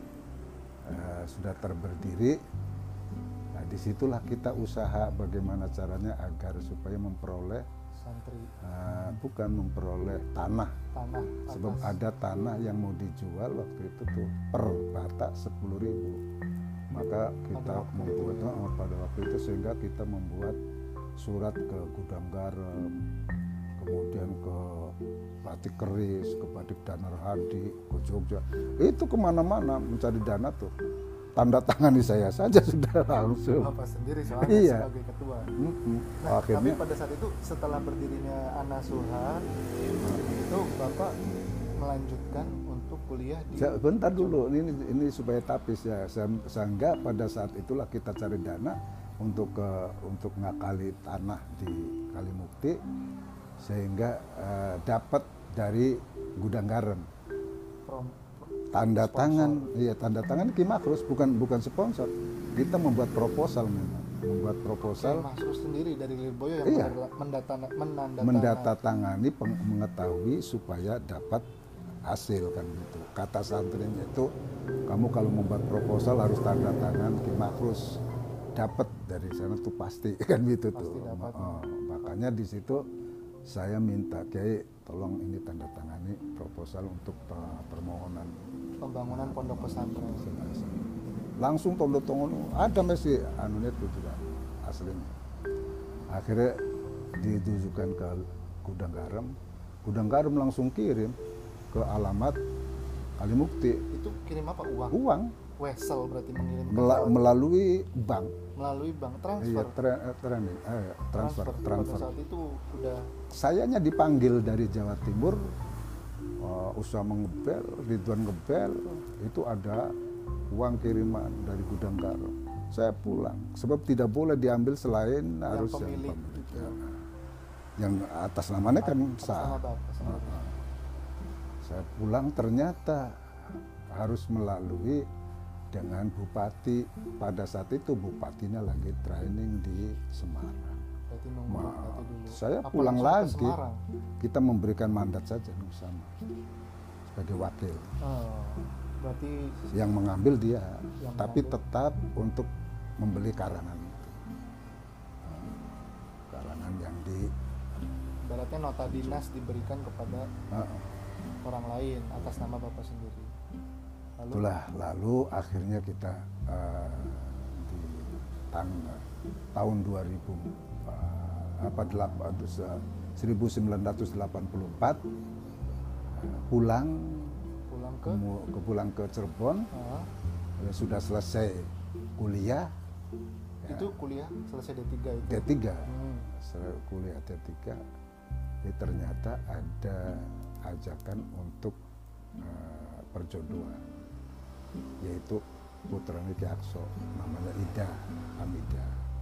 uh, sudah terberdiri. Nah, disitulah kita usaha bagaimana caranya agar supaya memperoleh Santri uh, bukan memperoleh tanah. tanah Sebab atas. ada tanah yang mau dijual waktu itu tuh per bata sepuluh ribu. Maka kita Pada waktu membuat itu, ya. oh, pada waktu itu sehingga kita membuat surat ke gudang garam, kemudian ke Batik Keris, ke Batik Danar Hadi, ke Jogja. Itu kemana-mana mencari dana tuh. Tanda tangan di saya saja sudah langsung. Bapak sendiri soalnya Iya. sebagai ketua. Mm-mm. Nah, Akhirnya tapi pada saat itu setelah berdirinya An-Nasuha itu Bapak melanjutkan untuk kuliah di Saya- bentar dulu, ini ini supaya tapis ya. Se- Sehingga pada saat itulah kita cari dana untuk ke untuk ngakali tanah di Kalimukti, sehingga eh, dapat dari gudang garam Prom- tanda Sponsor. tangan. Iya, tanda tangan Ki Makrus, bukan bukan sponsor. Kita membuat proposal memang, membuat proposal Masuk sendiri dari Lirboyo yang Iya. mendata- mendata menandatangani. mendatatangani peng- mengetahui supaya dapat hasil kan gitu. Kata santrinya itu, kamu kalau membuat proposal harus tanda tangan Ki Makrus, dapat dari sana tuh pasti kan gitu Pasti tuh. dapat. Oh, makanya di situ saya minta Kiai tolong ini tanda tangani proposal untuk uh, permohonan pembangunan pondok pesantren. langsung tondo tongono ada masih anunya itu juga aslinya. Akhirnya ditujukan ke gudang garam, gudang garam langsung kirim ke alamat Kalimukti Itu kirim apa, uang? uang Wesel berarti mengirimkan mela- lewat- melalui bank. melalui bank transfer. Iya, tra- eh, training, eh, transfer, Pada transfer. saat itu udah Sayanya dipanggil dari Jawa Timur, uh, Usama ngebel, Ridwan ngebel, itu ada uang kiriman dari gudang garam. Saya pulang, sebab tidak boleh diambil selain harus yang pemilik pemilik. itu. Ya. Yang atas namanya kan sama sah. Bapak sendiri. Saya pulang ternyata harus melalui dengan bupati. Pada saat itu bupatinya lagi training di Semarang. Berarti nunggu Ma- Bupati dulu. saya Apa pulang langsung ke lagi. Semarang? Kita memberikan mandat saja Usama sebagai wakil. Oh, berarti Yang mengambil dia, Yang tapi mengambil. tetap untuk membeli karangan itu. Karangan yang di ibaratnya nota dinas diberikan kepada uh, orang lain atas nama Bapak sendiri. Lalu itulah lalu akhirnya kita uh, di tanggal tahun dua ribu uh, apa delapan seribu sembilan ratus delapan puluh empat uh, pulang pulang ke kemu- ke pulang ke Cirebon, ah, ya sudah selesai kuliah ya, itu kuliah selesai D tiga itu. D tiga. Hmm. Setelah kuliah D tiga, ya ternyata ada ajakan untuk uh, perjodohan, yaitu putranya Ki Akso, namanya Ida Hamida.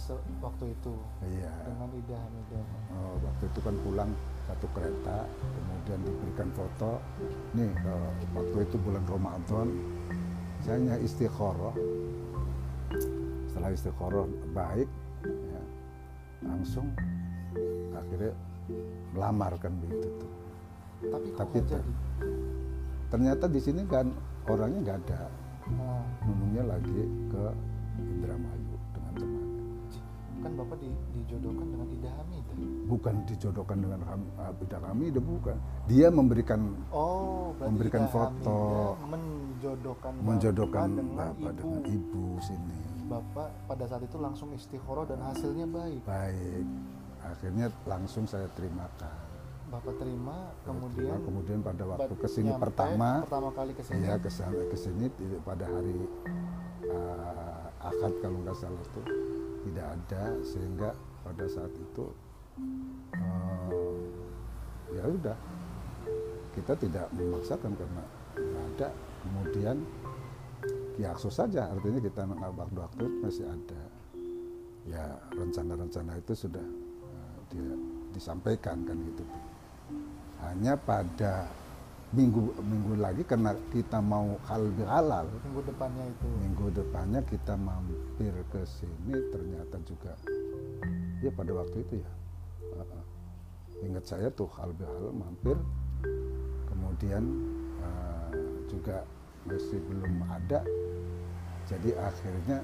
se- waktu itu Iya. dengan Ida Hamidah. Oh, waktu itu kan pulang satu kereta, kemudian diberikan foto. Nih, eh, waktu itu bulan Ramadan, saya hanya istikharah. Setelah istikharah baik, ya, langsung akhirnya melamar kan begitu tuh. Tapi kok Tapi nggak ter- jadi? ternyata di sini kan orangnya nggak ada. Nah, Nunungnya lagi ke Indramayu dengan temannya. kan Bapak di, dijodohkan dengan Ida Hamidah. Bukan dijodohkan dengan Ham- Ida Hamidah, bukan. Dia memberikan Oh, berarti Memberikan Ida foto. Hamidah menjodohkan menjodohkan Bapak dengan bapak ibu. dengan ibu sini. Bapak pada saat itu langsung istikharah dan hasilnya baik. Baik, akhirnya langsung saya terimakan. Bapak terima, Saya kemudian terima, kemudian pada waktu Bat- kesini nyampe pertama, pertama kali kesini. ya kesana kesini di- pada hari uh, Ahad kalau nggak salah itu tidak ada, sehingga pada saat itu uh, ya udah kita tidak memaksakan karena nggak ada. Kemudian ya aksos saja, artinya kita nggak waktu-waktu masih ada. Ya rencana-rencana itu sudah uh, dia disampaikan kan gitu. Hanya pada minggu minggu lagi karena kita mau halal halal, Minggu depannya itu. minggu depannya kita mampir ke sini, ternyata juga ya pada waktu itu ya uh, uh, ingat saya tuh halal halal mampir, kemudian uh, juga masih belum ada, jadi akhirnya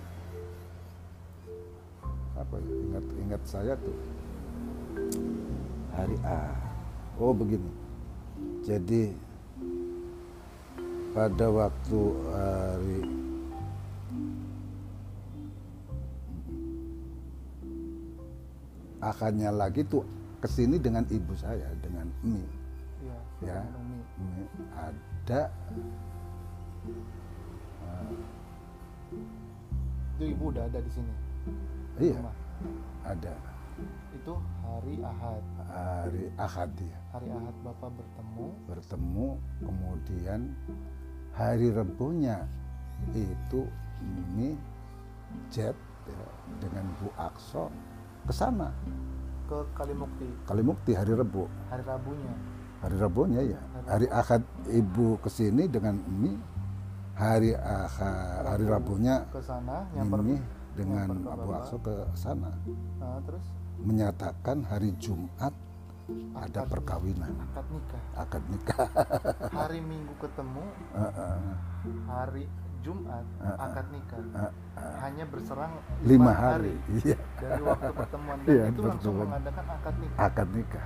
apa ya, ingat ingat saya tuh hari A. Oh begini, jadi pada waktu hari akannya lagi tuh kesini dengan ibu saya, dengan Umi. Iya. Ya, dengan Umi. Umi ada uh, Itu ibu udah ada di sini. iya Rumah. ada Itu hari Ahad. hari Ahad ya. Hari Ahad Bapak bertemu. bertemu, kemudian hari Rebunya itu Mimi jet ya, dengan Bu Akso ke sana, Ke Kalimukti. Kalimukti hari Rebu. Hari Rabunya. Hari Rebunya ya. Hari Ahad ibu ke sini dengan Mimi, hari Ahad, hari Rabunya Ke sana. Nyamper. Mimi dengan nyamper ke Bu Bapak. Akso ke sana, Nah, terus menyatakan hari Jumat ada Akad- perkawinan, akad nikah. akad nikah. Hari Minggu ketemu. Uh, uh, Hari Jumat akad nikah. uh, uh, Hanya berserang lima hari, iya. dari waktu pertemuan dan Iya, itu langsung pertemuan. mengadakan akad nikah. Akad nikah.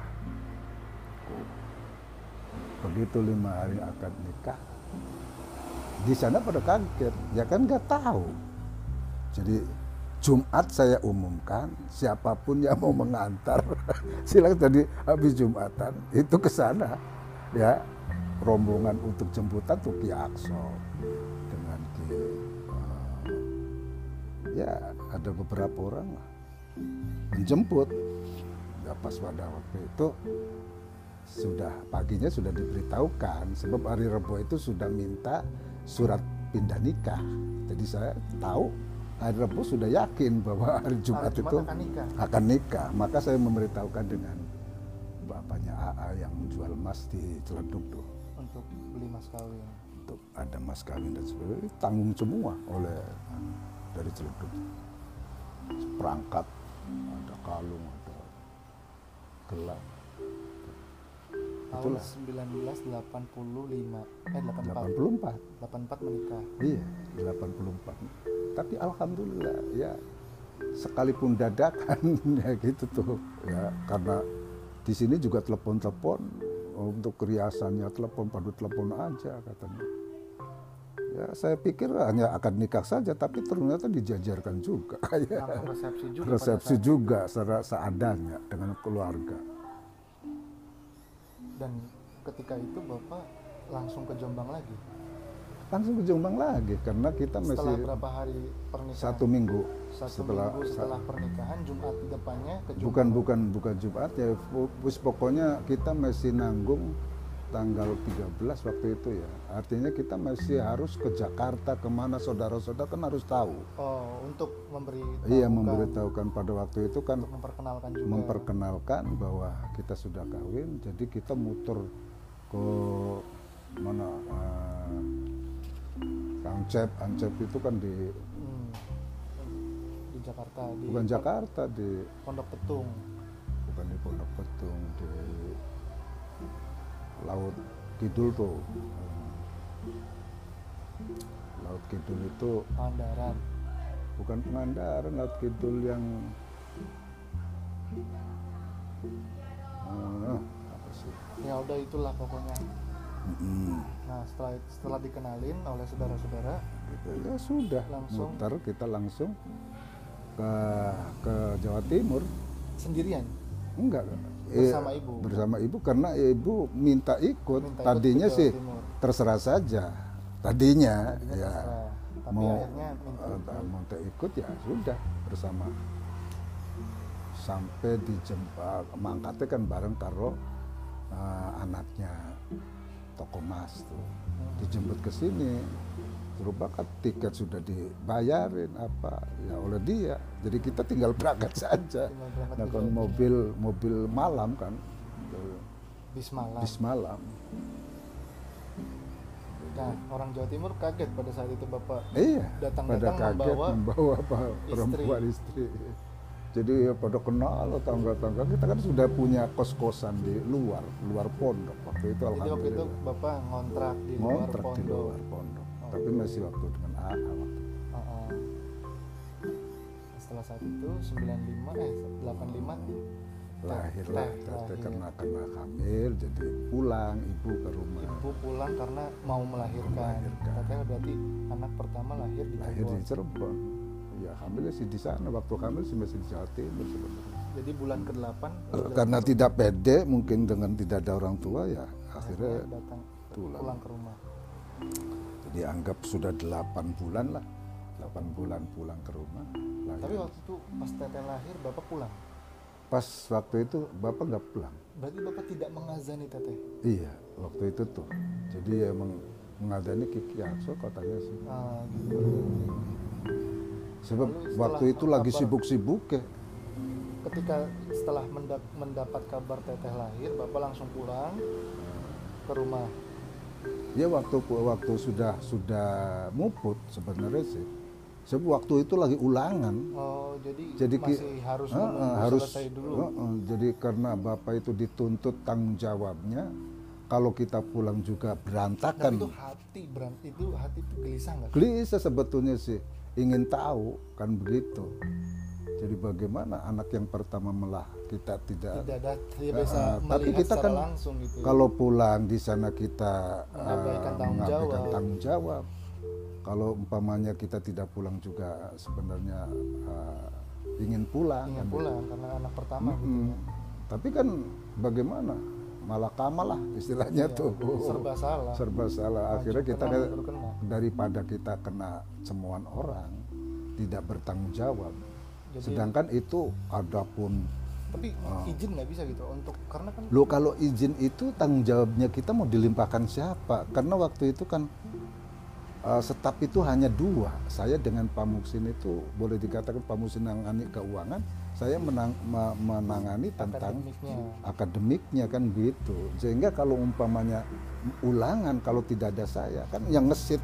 Begitu lima hari akad nikah, di sana pada kaget, ya kan nggak tahu. Jadi Jumat saya umumkan, siapapun yang mau mengantar, silakan. Tadi habis Jumatan itu ke sana, ya rombongan untuk jemputan tuh Ki Akso dengan Ki, uh, ya ada beberapa orang lah menjemput. Ya pas pada waktu itu sudah paginya sudah diberitahukan, sebab hari Rabu itu sudah minta surat pindah nikah. Jadi saya tahu hari Rabu sudah yakin bahwa hari Jumat, Hari Jumat itu akan nikah. akan nikah. Maka saya memberitahukan dengan bapaknya A A yang jual emas di Ciledug tuh, Untuk beli mas kawin. untuk ada mas kawin dan sebagainya, tanggung semua oleh dari Ciledug. Perangkat, ada kalung, ada gelang. Tahun Itulah. seribu sembilan ratus delapan puluh lima eh delapan puluh empat delapan puluh empat. delapan puluh empat menikah. Iya, delapan puluh empat. Tapi alhamdulillah ya, sekalipun dadakan ya gitu tuh ya, karena di sini juga telepon-telepon untuk riasannya, telepon padu telepon aja katanya. Ya saya pikir hanya akan nikah saja, tapi ternyata dijajarkan juga kayak Langsung resepsi juga. resepsi pada saat- juga secara seadanya dengan keluarga. Dan ketika itu Bapak langsung ke Jombang lagi. Langsung ke Jombang lagi karena kita Setelah masih berapa hari pernikahan? satu minggu Satu setelah minggu setelah pernikahan, Jumat depannya ke Jombang. bukan bukan bukan Jumat ya, wis pokoknya kita masih nanggung tanggal tiga belas waktu itu ya. Artinya kita masih harus ke Jakarta, kemana saudara-saudara kan harus tahu. Oh, untuk memberi Iya, memberitahukan pada waktu itu kan, untuk memperkenalkan juga. memperkenalkan bahwa kita sudah kawin. Jadi kita muter ke mana, uh, Ancep, Ancep itu kan di Hmm. Di Jakarta, di bukan Jakarta, di Pondok Petung. bukan di Pondok Petung, di Laut Kidul tuh. Laut Kidul itu Pangandaran. bukan Pangandaran, Laut Kidul yang uh, apa sih? Ya udah itulah pokoknya. Mm-mm. Nah, setelah setelah dikenalin oleh saudara-saudara, Gitu. Ya sudah, Langsung? muter kita langsung ke ke Jawa Timur. sendirian Enggak, bersama eh, ibu. bersama ibu karena ibu minta ikut. Minta ikut Tadinya ke Jawa sih Timur. terserah saja. Tadinya, Tadinya ya terserah. Tapi mau akhirnya minta eh, ikut. minta ikut ya sudah bersama. Sampai dijemput, mangkatnya kan bareng karo eh, anaknya Toko Mas tuh. Dijemput ke sini. Berupa tiket sudah dibayarin apa ya oleh dia, jadi kita tinggal berangkat saja. Tinggal berangkat Nah ke kan Jawa mobil mobil malam kan, bis malam. bis malam. Nah, orang Jawa Timur kaget pada saat itu Bapak Iya, datang-datang pada kaget membawa membawa apa, perempuan istri. Jadi ya pada kenal tangga-tangga, kita kan sudah punya kos-kosan di luar, luar pondok waktu itu. Jadi waktu itu Alhamdulillah Bapak ngontrak di luar ngontrak di pondok. luar pondok, tapi masih waktu dengan A A waktu. Uh-uh. Setelah saat itu sembilan puluh lima eh delapan puluh lima Lahirlah Teh, Tete lahir. karena karena hamil, jadi pulang ibu ke rumah. Ibu pulang karena mau melahirkan. Melahirkan. Katanya berarti anak pertama lahir di Lahir Cirebon. di Cirebon. Ya hamilnya sih di sana, waktu hamil sih masih di Jawa Timur sebenarnya. Jadi bulan kedelapan Eh, Karena tidak pede mungkin dengan tidak ada orang tua ya akhirnya datang pulang. pulang ke rumah. Jadi anggap sudah delapan bulan lah, delapan bulan pulang ke rumah. Lahir. Tapi waktu itu pas Teteh lahir Bapak pulang. Pas waktu itu bapak nggak pulang. Berarti Bapak tidak mengazani Teteh. Iya, waktu itu tuh. Jadi emang mengadani Kiki Akso katanya sih. Ah, gitu. Sebab Lalu setelah waktu itu lagi kabar- sibuk-sibuk ya. Ketika setelah mendap- mendapat kabar Teteh lahir, Bapak langsung pulang ke rumah. Ya waktu waktu sudah sudah muput sebenarnya sih. Sebab waktu itu lagi ulangan. Oh, jadi, Jadi ki- masih harus Eh, menunggu eh, harus selesai dulu. eh, eh, jadi karena bapak itu dituntut tanggung jawabnya. Kalau kita pulang juga Tapi berantakan. itu hati berant itu hati itu gelisah nggak? Gelisah sebetulnya sih, ingin tahu kan begitu. Jadi bagaimana anak yang pertama melah kita tidak. Tidak ada tidak Eh, bisa eh, melihat tapi kita secara kan langsung gitu. Kalau pulang di sana kita eh, Mengabaikan tanggung mengabaikan jawab. tanggung jawab. Kalau umpamanya kita tidak pulang juga sebenarnya eh, ingin pulang. ingin kan pulang karena anak pertama gitu. Mm-mm. Tapi kan bagaimana? Malah kamalah istilahnya Iya, tuh. serba salah. Serba salah. Akhirnya Maju kita kena, kan mundur kena. daripada kita kena cemoan orang, tidak bertanggung jawab. Jadi, Sedangkan itu adapun tapi Ah. izin nggak bisa gitu untuk karena kan lo kalau izin itu tanggung jawabnya kita mau dilimpahkan siapa? Karena waktu itu kan uh, staf itu hanya dua. Saya dengan Pak Muksin itu boleh dikatakan Pak Muksin menangani keuangan, saya menang, me- menangani tentang akademiknya. akademiknya kan gitu. Sehingga kalau umpamanya ulangan kalau tidak ada saya kan yang ngesit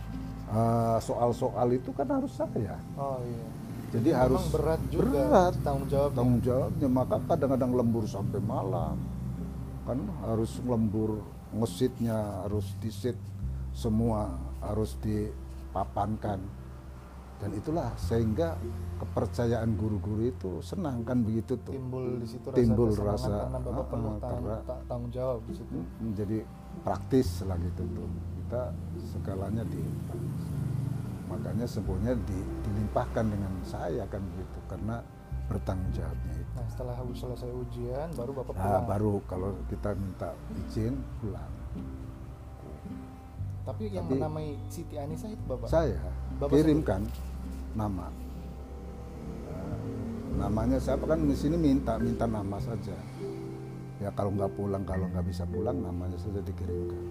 uh, soal-soal itu kan harus saya. Oh iya. Jadi Memang harus berat juga berat tanggung jawab. tanggung jawabnya, maka kadang-kadang lembur sampai malam kan harus lembur, ngesitnya harus disit semua, harus dipapankan, dan itulah sehingga kepercayaan guru-guru itu senang kan begitu tuh. Timbul di situ Timbul rasa kesenangan rasa, karena Bapak ah, penuh ah, tang- karena- ta- tanggung jawab di situ. menjadi praktis lah gitu tuh, kita segalanya di makanya semuanya di, dilimpahkan dengan saya kan begitu karena bertanggung jawabnya itu. Nah, setelah selesai ujian baru Bapak Nah, pulang. baru kalau kita minta izin pulang. Tapi yang Tapi- menamai Siti Anissa itu Bapak. Saya Bapak kirimkan nama. Nah, namanya siapa kan di sini minta minta nama saja. Ya kalau nggak pulang, kalau nggak bisa pulang, namanya saja dikirimkan.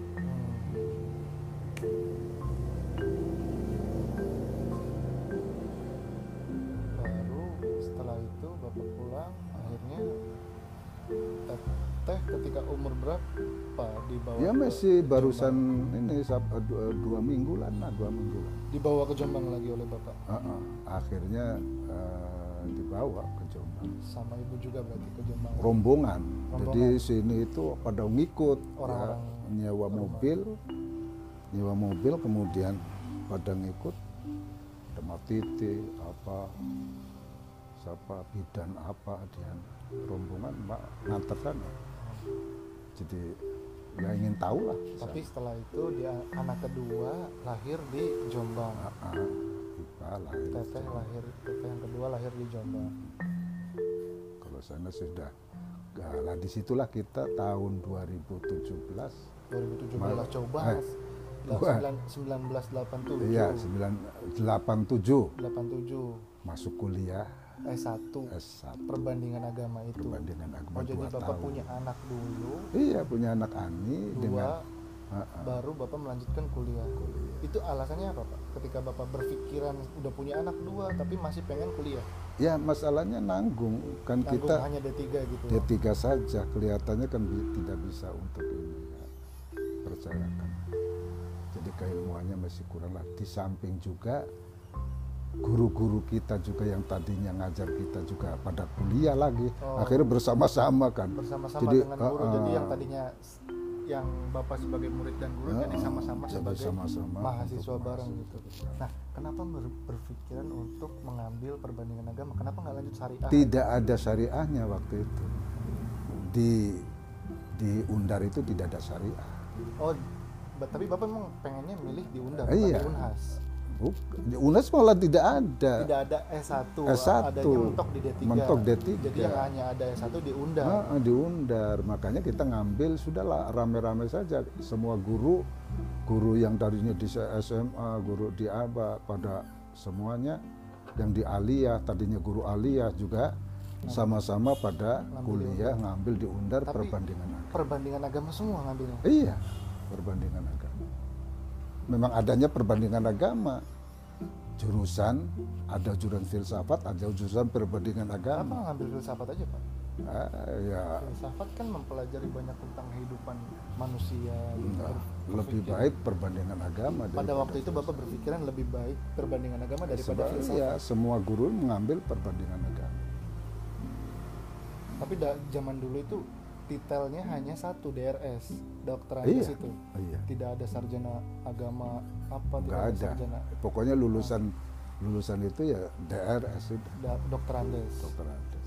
Baru setelah itu bapak pulang, akhirnya teh, teh ketika umur berapa dibawa Ya ke masih barusan Jombang? ini sab- dua, dua minggu lah, nah dua minggu lah. Dibawa ke Jombang lagi oleh bapak Uh-uh. Akhirnya uh, dibawa ke Jombang. sama ibu juga berarti ke Jombang. Rombongan. Rombongan. Jadi sini itu pada ngikut, Orang-orang ya, nyewa rumah. mobil, nyewa mobil kemudian pada ngikut, ada Matiti, apa, siapa bidan apa dia rombongan mbak nganter sana. Jadi ya ingin tahu lah. Tapi setelah itu dia anak kedua lahir di Jombang. Ah, Ipa lahir. Teteh lahir, teteh yang kedua lahir di Jombang. Kalau sana sudah, lah disitulah kita tahun dua ribu tujuh belas. dua ribu tujuh belas Mal- coba eh, dua. seribu sembilan ratus delapan puluh tujuh. Iya, sembilan delapan tujuh delapan puluh tujuh masuk kuliah S satu S satu perbandingan agama itu. perbandingan agama Oh, jadi dua bapak tahun. punya anak dulu, Iya, punya anak Ani dua, dengan ah, ah, baru bapak melanjutkan kuliah. kuliah. Itu alasannya apa pak? Ketika bapak berpikiran udah punya anak dua tapi masih pengen kuliah, Ya masalahnya nanggung kan nanggung kita hanya D tiga gitu. D tiga saja, kelihatannya kan bi- tidak bisa untuk ini ya, percayakan. Jadi keilmuannya masih kurang lah. Di samping juga guru-guru kita juga yang tadinya ngajar kita juga pada kuliah lagi, Oh. akhirnya bersama-sama kan. Bersama-sama Jadi, dengan guru. ah, Jadi ah. yang tadinya s- yang bapak sebagai murid dan guru Ah, jadi sama-sama jadi sebagai sama-sama mahasiswa untuk bareng masuk. gitu. Nah, kenapa ber- berpikiran untuk mengambil perbandingan agama? Kenapa nggak lanjut syariah? Tidak ada syariahnya waktu itu. Di di Undar itu tidak ada syariah. Oh, ba- tapi bapak memang pengennya milih di Undar, Eh, bukan iya. di Unhas. Buk- Di Unas malah tidak ada. Tidak ada S satu, S satu, adanya mentok di D tiga. mentok D tiga. Jadi yang hanya ada S satu di Undar. Nah, di Undar, makanya kita ngambil sudahlah rame-rame saja semua guru, guru yang tadinya di S M A, guru di A B A, pada semuanya yang di Aliyah, tadinya guru Aliyah juga sama-sama pada Ngambil di kuliah ngambil di Undar Tapi- perbandingan agama. Perbandingan agama semua ngambilnya. Iya, perbandingan agama. Memang adanya perbandingan agama. Jurusan, ada jurusan filsafat, ada jurusan perbandingan Kenapa agama. nggak ngambil filsafat aja pak? Ah, ya, Filsafat kan mempelajari banyak tentang kehidupan manusia. gitu. enggak. Berpikir. Lebih baik perbandingan agama. Pada daripada waktu itu bapak berpikiran lebih baik perbandingan agama daripada Sebab, filsafat. ya, semua guru mengambil perbandingan agama. Tapi da- zaman dulu itu titelnya hanya satu, D R S, dokter Iya. Andes itu. Iya, Tidak ada sarjana agama apa, tidak nggak ada ada. sarjana Pokoknya lulusan lulusan itu ya D R S itu, da- dokter Andes. dokter Andes.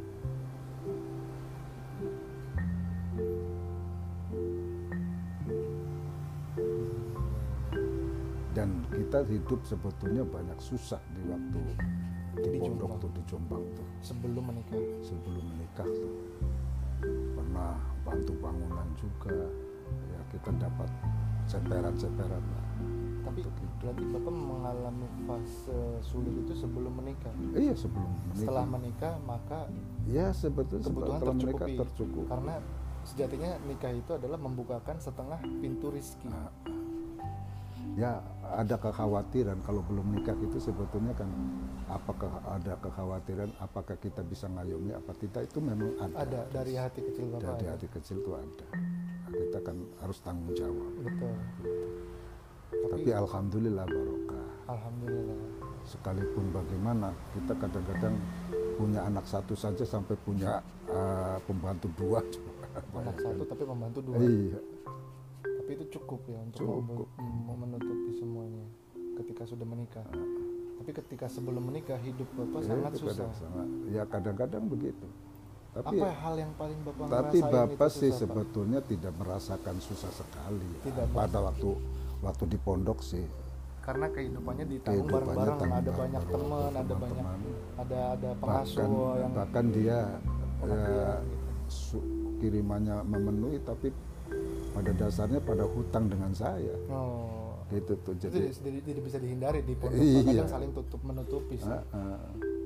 Dan kita hidup sebetulnya banyak susah di waktu di Di pondok Jombang. tuh, di Jombang tuh, Sebelum menikah. sebelum menikah tuh. Pernah bantu bangunan juga, ya kita dapat ceperan-ceperan lah. Tapi Untuk itu. berarti bapak mengalami fase sulit itu sebelum menikah. Iya, sebelum menikah. Setelah menikah maka Ya sebetulnya kebutuhan setelah menikah tercukupi. tercukup. Karena sejatinya nikah itu adalah membukakan setengah pintu rizki. Nah, ya ada kekhawatiran kalau belum nikah itu sebetulnya kan, apakah ada kekhawatiran apakah kita bisa ngayomi apa tidak, itu memang ada. Ada dari hati kecil bapak. Dari ada. hati kecil itu ada. Nah, kita kan harus tanggung jawab. Betul. Tapi, Tapi alhamdulillah barokah. alhamdulillah. Sekalipun bagaimana kita kadang-kadang punya anak satu saja sampai punya uh, pembantu dua. Anak satu tapi membantu dua. Iya. Tapi itu cukup ya untuk Cukup. mem- mem- menutupi semuanya ketika sudah menikah. Tapi ketika sebelum menikah hidup bapak Ya, sangat itu susah. kadang- sangat- ya kadang-kadang begitu. Tapi Apa hal yang paling bapak Tapi ngerasain Bapak itu sih susah, Pak? sebetulnya tidak merasakan susah sekali ya. Tidak, Pak. Pada waktu waktu di pondok sih. Karena kehidupannya ditanggung Kehidupannya bareng-bareng, tanggung ada banyak bareng-bareng, teman, ada banyak teman-teman. ada ada Bahkan pengasuh yang bahkan dia pengertian ya, gitu. su- kirimannya memenuhi, tapi pada dasarnya pada hutang dengan saya. Oh, Gitu tuh. itu Jadi tidak, tidak bisa dihindari di pondok. Iya. Kadang saling tutup menutupi sih. ah, ah.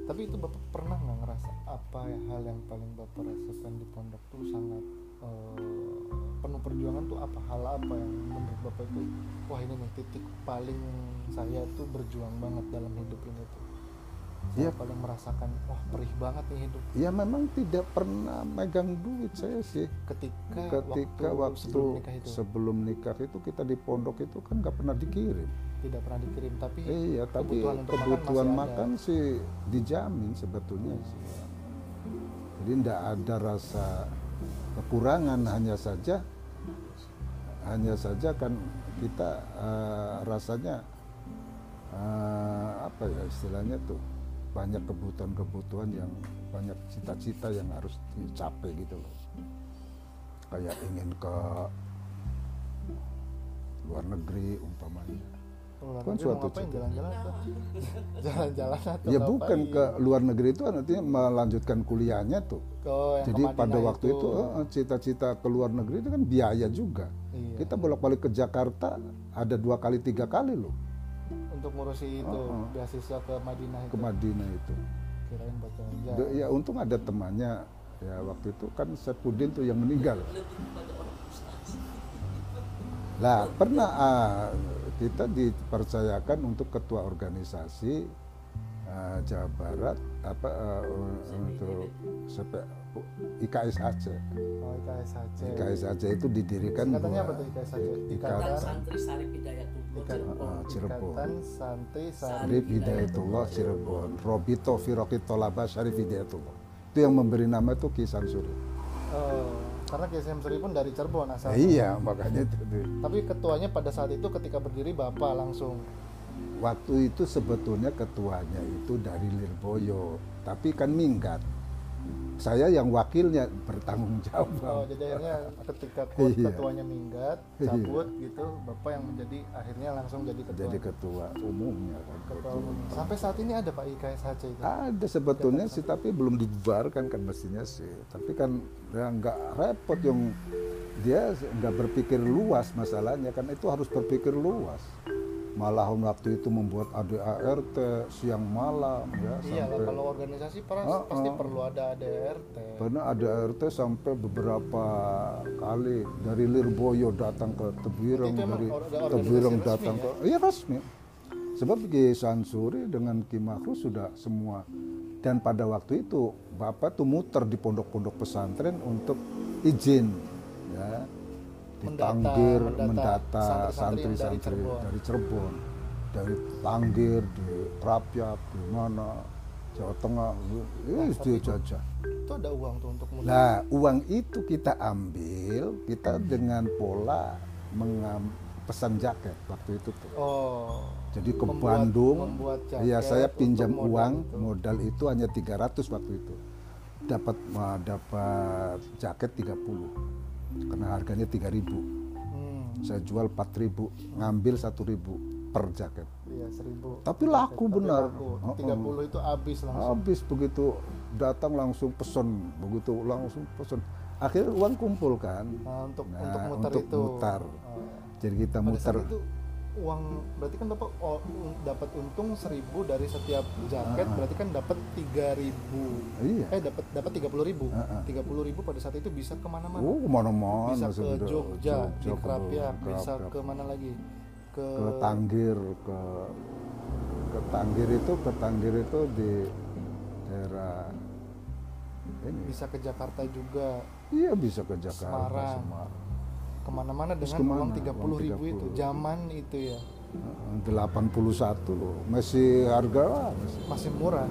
Tapi itu Bapak pernah nggak ngerasa apa ya hal yang paling Bapak rasakan di pondok tuh sangat eh, penuh perjuangan tuh apa? Hal apa yang menurut Bapak itu wah ini nih titik paling saya tuh berjuang banget dalam hidup ini tuh. Saya Ya. paling merasakan wah perih banget nih hidup Ya memang tidak pernah megang duit saya sih. ketika, Ketika waktu, sebelum nikah itu sebelum nikah itu kita di pondok itu kan nggak pernah dikirim. tidak pernah dikirim, tapi Iya, tapi kebutuhan untuk kebutuhan makan, makan, masih sih dijamin sebetulnya sih. Jadi tidak ada rasa kekurangan, hanya saja hanya saja kan kita eh, rasanya eh, apa ya istilahnya tuh banyak kebutuhan-kebutuhan yang banyak cita-cita yang harus dicapai gitu loh. Kayak ingin ke luar negeri umpamanya. Luar Kan negeri suatu mau ngapain cita. jalan-jalan tuh? Jalan-jalan atau Ya ngapain? bukan ke luar negeri itu artinya melanjutkan kuliahnya tuh. Oh, yang Jadi ke pada Madinah waktu itu eh, cita-cita ke luar negeri itu kan biaya juga. Iya. Kita bolak-balik ke Jakarta ada dua kali tiga kali loh Untuk ngurusi itu Oh, oh. beasiswa ke Madinah itu ke Madinah itu. kirain buat jalan-jalan. Da- Ya untung ada temannya ya waktu itu kan Saipudin tuh yang meninggal. Lah pernah ah, kita dipercayakan untuk ketua organisasi ah, Jawa Barat apa ah, untuk sepe- I K S H C. Oh, I K S H C. I K S H C itu didirikan Singkatannya buat apa tuh I K S H C? Ikatan Ikatan Santri Sarif Hidayatullah Cirebon. Ah, Cirebon. Ikatan Santri Sarif. Syarif Hidayatullah Cirebon, Robito Firoqi Tolaba Syarif Hidayatullah. Itu yang memberi nama itu Ki Sansuri. Oh, karena K S M Sri pun dari Cirebon Eh, asalnya. iya, makanya itu. itu. Tapi ketuanya pada saat itu ketika berdiri Bapak langsung. Waktu itu sebetulnya ketuanya itu dari Lirboyo, tapi kan minggat. Saya yang wakilnya bertanggung Oh, jawab. jadi akhirnya ketika kuat Iya. ketuanya minggat, cabut gitu, Bapak yang menjadi akhirnya langsung jadi ketua. Jadi ketua umumnya kan. Ketua umum. Sampai saat ini ada Pak I K S H C itu. Ada sebetulnya sih, tapi belum dibubarkan kan mestinya sih. Tapi kan ya nggak repot yang dia nggak berpikir luas masalahnya kan itu harus berpikir luas. Malahan waktu itu membuat A D A R T siang malam ya Iya lah, sampai kalau organisasi pernah Oh, pasti oh. perlu ada A D R T. pernah A D A R T sampai beberapa kali dari Lirboyo datang ke Tebireng, Itu emang dari or- ada organisasi Tebireng resmi datang ya? ke iya resmi. Sebab Ki Sansuri dengan Ki Makru sudah semua, dan pada waktu itu Bapak tuh muter di pondok-pondok pesantren untuk izin ya Mendata- ditanggir mendata mendata santri-santri yang dari santri-santri Cirebon. dari Cirebon, dari Tanggir, di Prapiak, di mana Jawa Tengah, eh, dia jajah. Itu ada uang tuh untuk mudik. Nah, uang itu kita ambil, kita dengan pola mengam, pesan jaket waktu itu tuh. Oh. Jadi ke Membuat- Bandung, membuat jaket ya saya untuk pinjam modal uang, itu. modal itu hanya tiga ratus waktu itu. Dapat eh, dapat jaket tiga puluh. Karena harganya tiga ribu. Hmm. Saya jual empat ribu, ngambil satu ribu per jaket. Iya, seribu. Tapi laku Tapi benar. laku. Oh, tiga puluh itu habis langsung. Habis begitu datang langsung pesen, begitu langsung pesen. Akhirnya uang kumpul kan. Nah, untuk Nah, untuk muter untuk itu. mutar. Oh. Jadi kita Pada muter. saat itu uang berarti kan Bapak oh, un- dapat untung seribu dari setiap jaket, Ah. berarti kan dapat tiga ribu. Iya. Eh dapat dapat tiga puluh ribu. Ah, ah. tiga puluh ribu pada saat itu bisa kemana-mana. Oh, kemana-mana. Bisa ke sebenarnya. Jogja, di ke Krapiak, ke- bisa ke, ke mana lagi? Ke, ke Tanggir, ke ke Tanggir itu ke Tanggir itu di daerah ini. bisa ke Jakarta juga, Iya bisa ke Jakarta, Semarang. Semarang. kemana-mana Terus dengan kemana? uang tiga puluh Uang ribu itu. tiga puluh. Zaman itu ya Heeh, delapan puluh satu loh, masih harga lah, masih. masih murah.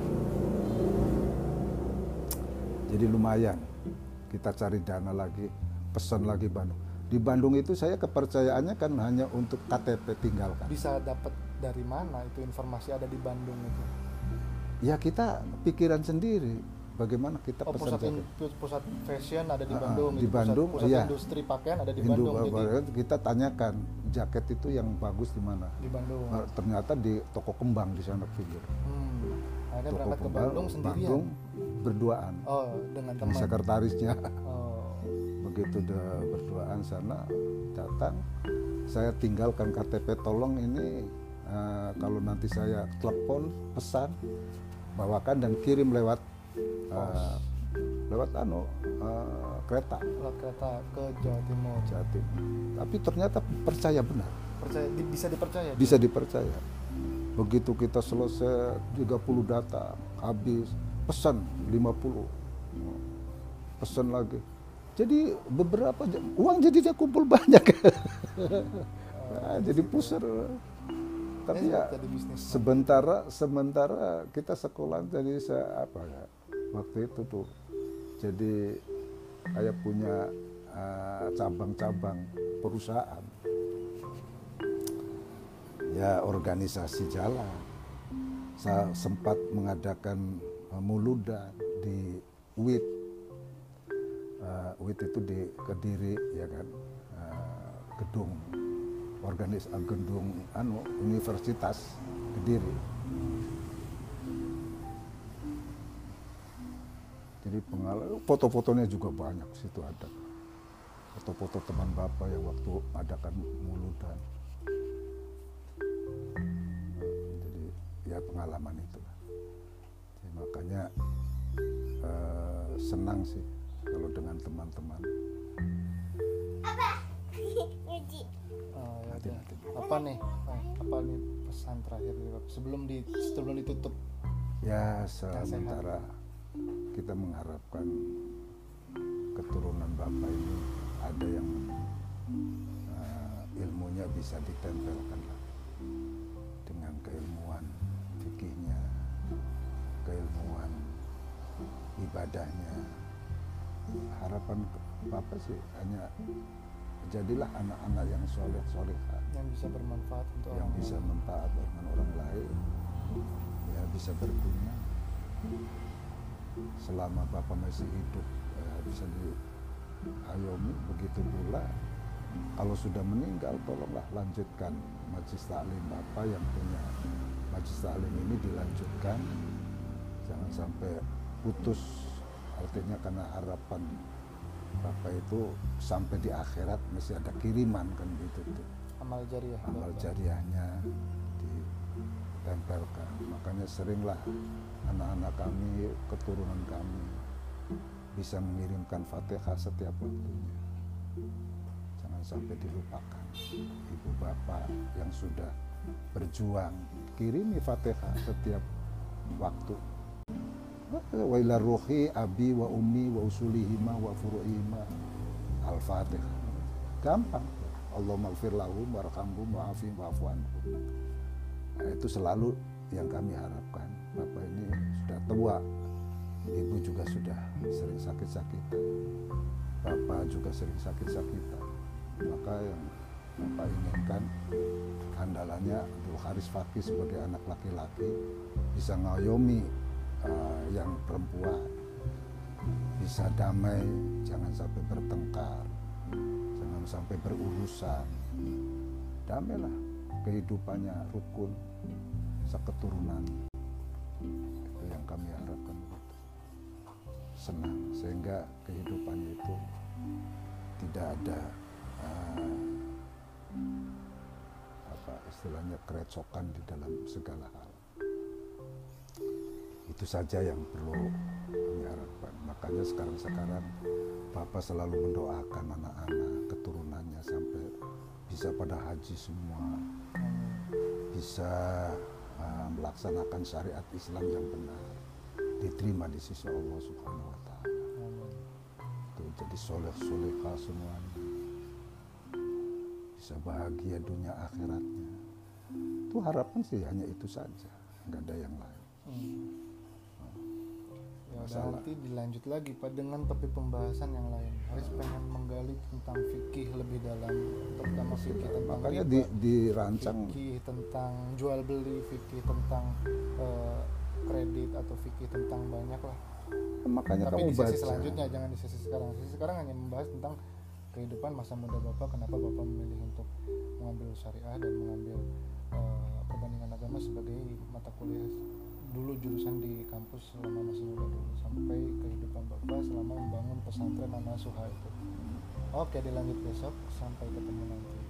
Jadi lumayan. Kita cari dana lagi, pesan lagi Bandung. Di Bandung itu saya kepercayaannya kan hanya untuk K T P tinggalkan. Bisa dapat dari mana itu informasi ada di Bandung itu? Ya kita pikiran sendiri. Bagaimana kita Oh, pesan pusat, in- jaket. pusat fashion ada di Ah, ah, Bandung, di gitu. Bandung, pusat, pusat iya. industri pakaian ada di Hindu Bandung, jadi Barat, kita tanyakan jaket itu yang bagus di mana. di Bandung. Nah, ternyata di toko kembang di sana pinggir. Hmm. Akhirnya Toko berangkat ke kembang, Bandung sendirian. Bandung berduaan. Oh, dengan Di teman. sekretarisnya. Oh, Begitu udah berduaan sana datang, saya tinggalkan K T P, tolong ini eh, kalau nanti saya telepon pesan bawakan dan kirim lewat uh, lewat anu uh, kereta lewat kereta ke Jawa Timur. Jawa Timur. Tapi ternyata percaya benar. Percaya di, bisa dipercaya. Bisa dipercaya. Begitu kita selesai tiga puluh data habis, pesan lima puluh. Pesan lagi. Jadi beberapa jam, uang jadinya kumpul banyak. Nah, jadi pusar. Tapi ya sementara sementara kita sekolah jadi saya apa ya waktu itu tuh jadi kayak punya uh, cabang-cabang perusahaan ya, organisasi jalan. Saya sempat mengadakan uh, muludan di U I T. uh, U I T itu di Kediri ya kan, uh, gedung organis uh, gedung anu Universitas Kediri. Jadi pengalaman, foto-fotonya juga banyak situ ada. Foto-foto teman bapak yang waktu adakan muludan. Jadi ya pengalaman itulah. Jadi, makanya eh, senang sih kalau dengan teman-teman. Oh, ya udah. Apa nih? Apa nih pesan terakhir dari Bapak sebelum di sebelum ditutup? Ya sementara kita mengharapkan keturunan Bapak ini ada yang uh, ilmunya bisa ditempelkan lah dengan keilmuan fikihnya, keilmuan ibadahnya. Harapan Bapak sih hanya jadilah anak-anak yang soleh-solehah, yang bisa bermanfaat untuk yang orang bisa lain. manfaat dengan orang lain, ya bisa berguna. Selama Bapak masih hidup ya bisa diayomi. Begitu pula kalau sudah meninggal, tolonglah lanjutkan majlis taklim Bapak yang punya majlis taklim ini, dilanjutkan, jangan sampai putus. Artinya karena harapan Bapak itu sampai di akhirat masih ada kiriman kan gitu tuh. Amal jariah. Amal Bapak. jariahnya ditempelkan. Makanya seringlah anak-anak kami, keturunan kami bisa mengirimkan Fatihah setiap waktunya. Jangan sampai dilupakan. Ibu bapak yang sudah berjuang, kirimi Fatihah setiap waktu. Wa ila ruhi abi wa ummi wa usulihima wa furu'ihima al-Fatihah. Gampang. Allahumma ighfir lahum warhamhum wa'afihim wa'fu anhum. Nah, itu selalu yang kami harapkan. Bapak ini sudah tua, ibu juga sudah sering sakit-sakitan, bapak juga sering sakit-sakitan. Maka yang Bapak inginkan andalannya Abdul Haris Fakih sebagai anak laki-laki bisa ngayomi uh, yang perempuan, bisa damai, jangan sampai bertengkar, jangan sampai berurusan. Damailah, kehidupannya rukun, seketurunan. Itu yang kami harapkan, senang, sehingga kehidupannya itu tidak ada uh, apa istilahnya kerecokan di dalam segala hal. Itu saja yang perlu kami harapkan. Makanya sekarang-sekarang Bapak selalu mendoakan anak-anak keturunannya sampai bisa pada haji semua, bisa uh, melaksanakan syariat Islam yang benar, diterima di sisi Allah Subhanahu wa Ta'ala. Tuh, jadi soleh-solehah semuanya, bisa bahagia dunia akhiratnya. Itu harapan sih hanya itu saja, nggak ada yang lain. Hmm. Ya udah, Masalah. nanti dilanjut lagi Pak dengan topik pembahasan yang lain. Haris pengen menggali tentang fikih lebih dalam, terutama fikih tentang Makanya riba, di, dirancang fikih tentang jual beli, fikih tentang uh, kredit atau fikih tentang banyak lah. makanya Tapi kamu di sesi baca. selanjutnya, jangan di sesi sekarang. Sesi sekarang hanya membahas tentang kehidupan masa muda Bapak, kenapa Bapak memilih untuk mengambil syariah dan mengambil uh, perbandingan agama sebagai mata kuliah dulu jurusan di kampus selama masih muda dulu, sampai kehidupan Bapak selama membangun pesantren An-Nasuha itu. Oke, dilanjut besok, sampai ketemu nanti.